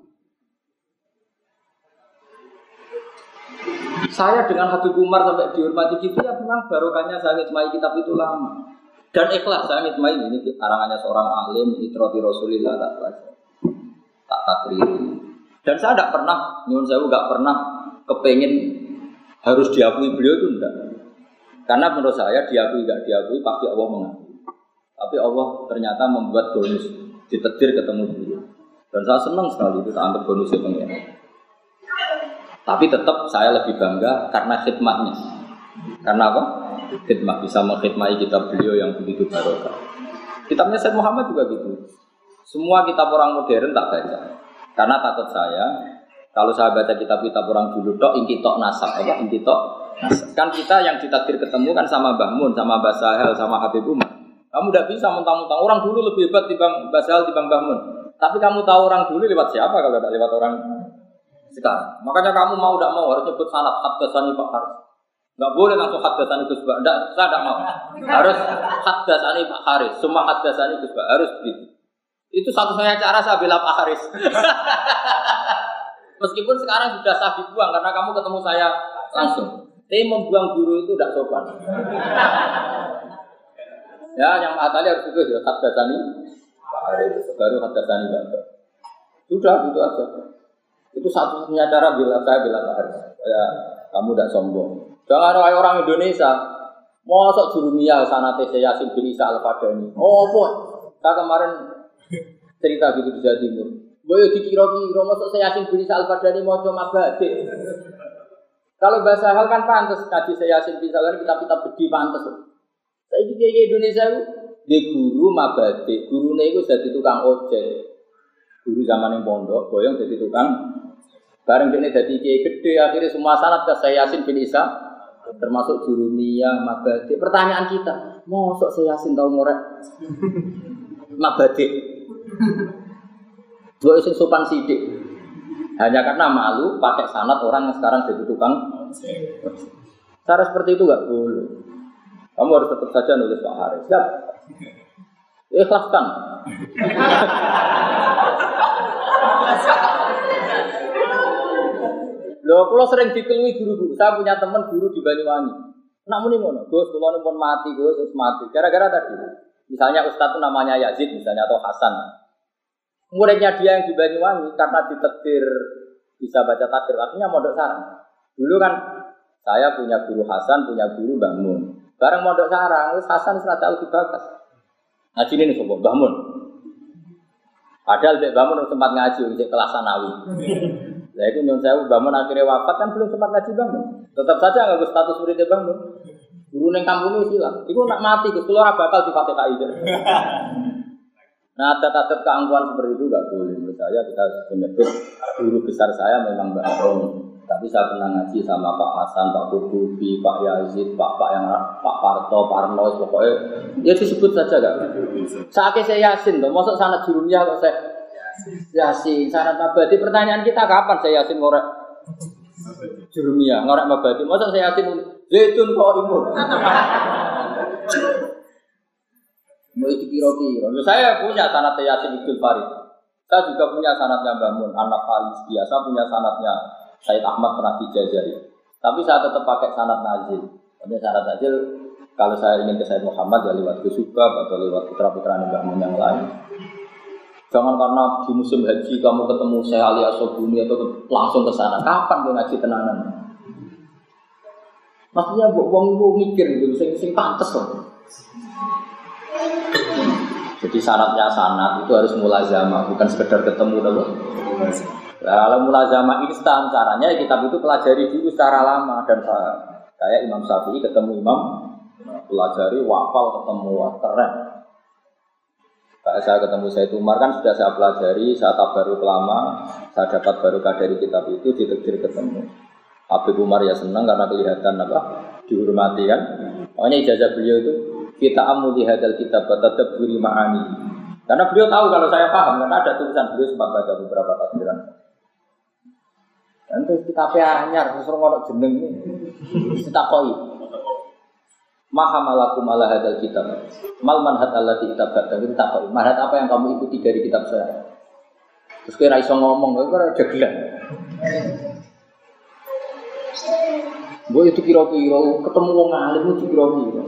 Saya dengan Habib Umar sampai dihormati gitu ya memang barokahnya saya ngitmai kitab itu lama. Dan ikhlas saya ngitmai ini karangannya seorang alim itrati Rasulillah tak takriri. Dan saya tidak pernah, nyuwun sewu enggak pernah kepengen harus diakui beliau itu enggak. Karena menurut saya diakui enggak diakui pasti Allah mengakui. Tapi Allah ternyata membuat bonus ditetir ketemu beliau. Dan saya senang sekali itu tak anggap bonusnya pengen. Tapi tetap saya lebih bangga karena khidmatnya. Karena apa? Khidmat bisa mengkhidmati kitab beliau yang begitu barokah. Kitabnya Said Muhammad juga gitu. Semua kitab orang modern tak baca. Karena takut saya kalau saya baca kitab-kitab orang dulu tok inti tok nasab apa inti tok nasab. Kan kita yang ditakdir ketemu kan sama Mbah Mun, sama Mbah Sahal, sama Habib Umar. Kamu tidak bisa mentang-mentang orang dulu lebih hebat dibanding Mbah Sahal dibanding Mbah Mun. Tapi kamu tahu orang dulu lewat siapa kalau tidak lewat orang sekarang. Makanya kamu mau tidak mau harus nyebut sanad haddatsani Pak Haris. Enggak boleh langsung haddatsani Gus Ba. Enggak, saya tidak mau. Harus haddatsani Pak Haris, semua haddatsani Gus Ba harus begitu. Itu satu-satunya cara saya bela Pak Haris. Meskipun sekarang sudah saya dibuang karena kamu ketemu saya langsung. Tapi membuang guru itu tidak sopan. Ya, yang Atali harus itu ya haddatsani Pak Haris, baru haddatsani Pak. Sudah gitu aja. Itu satu-satunya cara bila saya bilang ya kamu tidak sombong. Jangan kayak orang Indonesia mosok jurumiyah sanate Yasin bin Isa Al-Fadani. Oh boy, saya kemarin cerita gitu di Jawa Timur. Boy dikira-kira mosok Yasin bin Isa Al-Fadani mau cuma badik. Kalau bahasa hal kan pantas kaji Yasin bin Isa Al-Fadani kitab-kitab gede pantas. Saya iki Indonesia itu dia guru mabade, gurune iku dadi tukang ojek. Guru zaman yang pondok, boyong jadi tukang. Bareng ini jadi kiai gede, akhirnya semua sanad ke Yasin bin Isa, termasuk jurumiyah, mabadi. Pertanyaan kita, mosok Yasin tahu ngorek mabadi? Dua isu sopan sidik. Hanya karena malu pakai sanad orang yang sekarang jadi tukang. Cara seperti itu nggak boleh. Kamu harus tetap saja nulis Pak Haris. Siap. Ikhlaskan. Loh, kalau sering dikelui guru-guru, saya punya teman guru di Banyuwangi. Nak muni ngono, Gus, kalau pun mati, Gus, terus mati. Gara-gara tadi, misalnya Ustadz itu namanya Yazid, misalnya atau Hasan. Muridnya dia yang di Banyuwangi karena ditakdir bisa baca takdir, artinya mondok sarang. Dulu kan saya punya guru Hasan, punya guru Mbah Mun. Bareng mondok sarang, terus Hasan sudah tahu dibakas. Ngaji ini sobo Mbah Mun. Padahal Mbah Mun sempat ngaji di kelas sanawi. Nah itu nyun saya Mbah Mun akhirnya wafat kan belum sempat ngaji Mbah Mun. Tetap saja nggak status muridnya Mbah Mun. Guru neng kampung itu hilang. Itu nak mati, keluar bakal di Fatihah itu. Nah adat-adat keangkuhan seperti itu nggak boleh. Menurut saya kita menyebut guru besar saya memang Mbah Mun. Tapi saya pernah ngaji sama Pak Hasan, Pak Kutubi, Pak Yazid, Pak Parto, Parno, pokoknya dia disebut saja gak? Saatnya saya Yasin, tuh, masuk sanad jurumiyah kok saya Yasin, sanad mabadi. Pertanyaan kita kapan saya Yasin ngorek jurumiyah, ngorek mabadi? Masuk saya Yasin zaitun kok imun. Mau dikira-kira. Saya punya sanad Yasin Ibnu Farid. Saya juga punya sanadnya Mbah Mun, anak Faris biasa punya sanadnya Said Ahmad pernah dijajahi. Tapi saya tetap pakai sanad nazil. Karena sanad nazil kalau saya ingin ke Said Muhammad ya lewat Gus Subab atau lewat putra-putra Mbah Mun yang lain. Jangan karena di musim haji kamu ketemu Syekh Ali Asobuni atau langsung ke sana. Kapan kowe ngaji tenanan? Maksudnya wong mikir gitu, sing pantes loh. Jadi sanadnya sanad itu harus mulazamah, bukan sekedar ketemu dulu. Kalau mulazamah instan caranya kitab itu pelajari dulu secara lama dan kayak Imam Syafi'i ketemu Imam pelajari wafal ketemu keren. Kayak saya ketemu Said Umar kan sudah saya pelajari, saya tabaruk lama, saya dapat barokah dari kitab itu ditakdir ketemu. Habib Umar ya senang karena kelihatan apa dihormati kan. Makanya ijazah beliau itu kita amuli hadal kitab tadabburi ma'ani. Karena beliau tahu kalau saya paham karena ada tulisan beliau sempat baca beberapa tafsiran. Nanti kita anyar terus ngono jeneng ditakoi. Maha malakum ala hadal kitab. Mal manhaj allati kitab dan ditakoi. Manhaj apa yang kamu ikuti dari kitab saya? Terus kira iso ngomong, kira jagelan. Gue itu kira-kira ketemu wong alim itu kira-kira.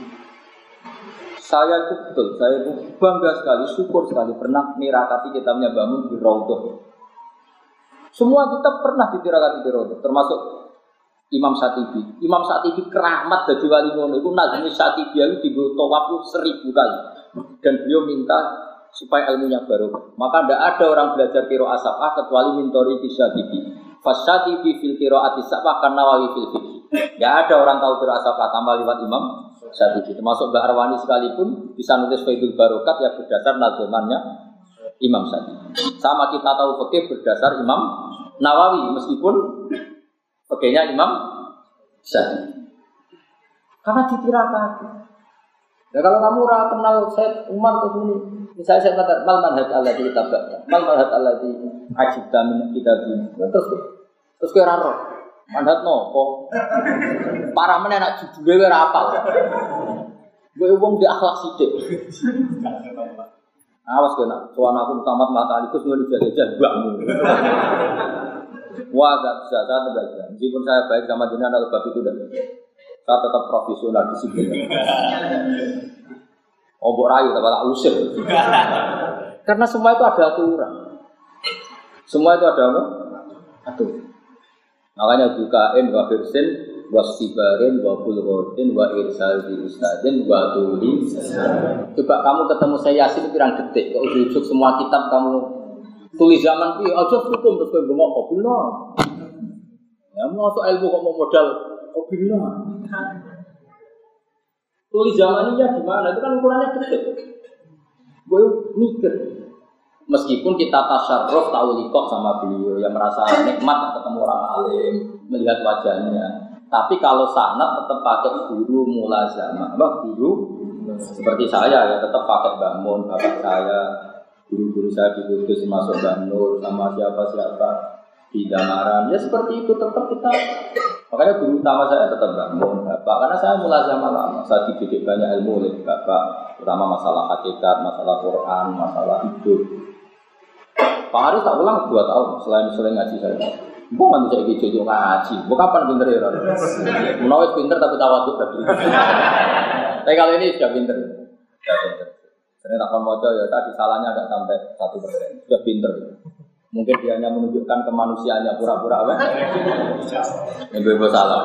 Saya itu betul, saya itu bangga sekali, syukur sekali pernah nirakati kitabnya bangun di Raudhah. Semua kitab pernah ditirakati di Raudhah, termasuk Imam Syatibi. Imam Syatibi keramat dari wali ngono iku nazmi Syatibi itu digo tawaf 1000 kali. Dan beliau minta supaya ilmunya baru. Maka tidak ada orang belajar qiraat sab'ah kecuali mintori Syatibi. Fasyatibi fil qiraati sab'ah kan Nawawi fil fiqh. Tidak ada orang tahu qiraat sab'ah tanpa lewat Imam Syatibi. Termasuk Mbak Arwani sekalipun bisa nulis Faidul Barokat ya berdasar nazomannya Imam Syatibi. Sama kita tahu fikih berdasar Imam Nawawi meskipun fikihnya Imam Syatibi. Karena ditirakati. Ya kalau kamu ora kenal Said Umar ke sini, misalnya saya kata mal manhaj allati kitabaka, mal manhaj allati ajibta min kitabi. Terus kira roh. Manhaj nopo? Parah meneh nak judule ora apal. Gue wong di akhlak sithik. Awas kena, soal aku tamat matalikus gue dijajah mbakmu. Wah, gak bisa, saya tidak bisa. Meskipun saya baik sama jenengan atau bab itu dan saya tetap profesional disiplin. Obok rayu, tak malah usir. Karena semua itu ada aturan. Semua itu ada apa? Aturan. Makanya bukain wa firsin wasibarin wa bulghatin wa irsal di ustadin wa tuli. Coba kamu ketemu saya Yasin pirang detik kok ujuk semua kitab kamu tulis zaman iki aja hukum terus kowe bengok kok bener. Ya mau ilmu kok mau modal kok bener. Tulis zaman ini di mana? Itu kan ukurannya detik. Gue mikir meskipun kita tasyarruf taulikok sama beliau yang merasa nikmat ketemu orang alim melihat wajahnya. Tapi kalau sanad tetap pakai guru mulazamah, guru seperti saya ya tetap pakai bangun bapak saya, guru-guru saya di Kudus masuk Banur sama siapa-siapa di Damaran. Ya seperti itu tetap kita. Makanya guru utama saya tetap bangun bapak karena saya mulazamah lama. Saya dididik banyak ilmu oleh bapak, terutama masalah hakikat, masalah Quran, masalah hidup. Pak Haris tak ulang 2 tahun selain ngaji saya. Bukan bisa gitu ngaji. Bukan kapan pinter ya? Menawis pinter tapi tawaduk tadi. Tapi kalau ini sudah pinter. Sudah pinter. Saya tak mau ya tadi salahnya agak sampai 1%. Sudah pinter. Mungkin dia hanya menunjukkan kemanusiaannya pura-pura apa? Yang bebas salah.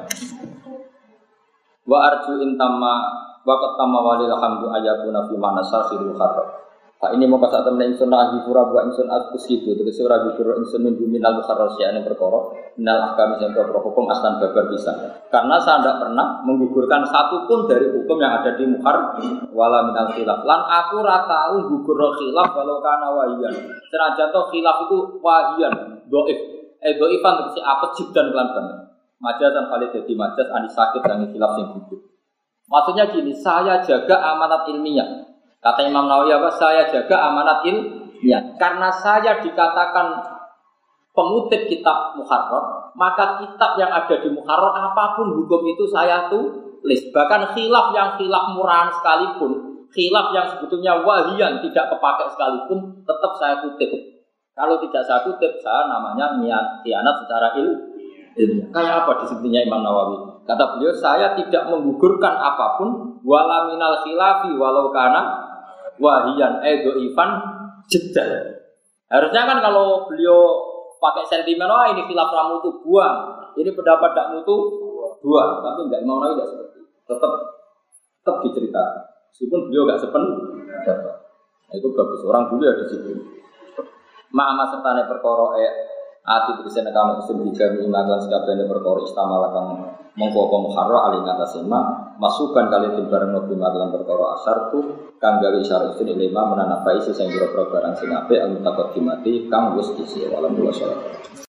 Wa arju intama wa qatama walil hamdu ayatuna fi manasar sirul khair. Pak ini mau kasih temen insun lagi pura buat insun atus gitu, terus ragu pura insun minggu minal mukharrasya yang berkorok, minal ahkam yang berhukum aslan babar bisa. Karena saya tidak pernah menggugurkan satu pun dari hukum yang ada di mukhar wala minal khilaf. Lan aku ratau gugur khilaf walau kana wahiyan. Senajan to khilaf itu wahiyan, doif. Doifan terus apa jibdan kelan banget. Majazan kali jadi majaz ani sakit dan khilaf yang gugur. Maksudnya gini, saya jaga amanat ilmiah. Kata Imam Nawawi apa? Saya jaga amanat ilmiah. Karena saya dikatakan pengutip kitab Muharrar, maka kitab yang ada di Muharrar apapun hukum itu saya tulis. Bahkan khilaf yang khilaf murahan sekalipun, khilaf yang sebetulnya wahiyan tidak kepakai sekalipun, tetap saya kutip. Kalau tidak saya kutip, saya namanya khianat secara ilmiah. Kayak apa disebutnya Imam Nawawi? Kata beliau, saya tidak menggugurkan apapun wala minal khilafi walau kana wahiyan doifan jedal. Harusnya kan kalau beliau pakai sentimen, wah ini khilaf ramu itu buang, ini pendapat tak mutu buang. Tapi enggak, Imam Nawawi tidak seperti itu. Tetap diceritakan. Meskipun beliau enggak sependapat. Itu bagus. Orang dulu ya di situ. Ma'ama sertane perkara ati tegese nekane usul digami ingatan sakabehane perkara istamal kang mongko muharrar ali ngatasema masukan kali bareng nopo lan perkara asar tu kang gawe syarat usul lima menanafai sing pira-pira barang sing apik al mutaqaddimati kang wis disi walam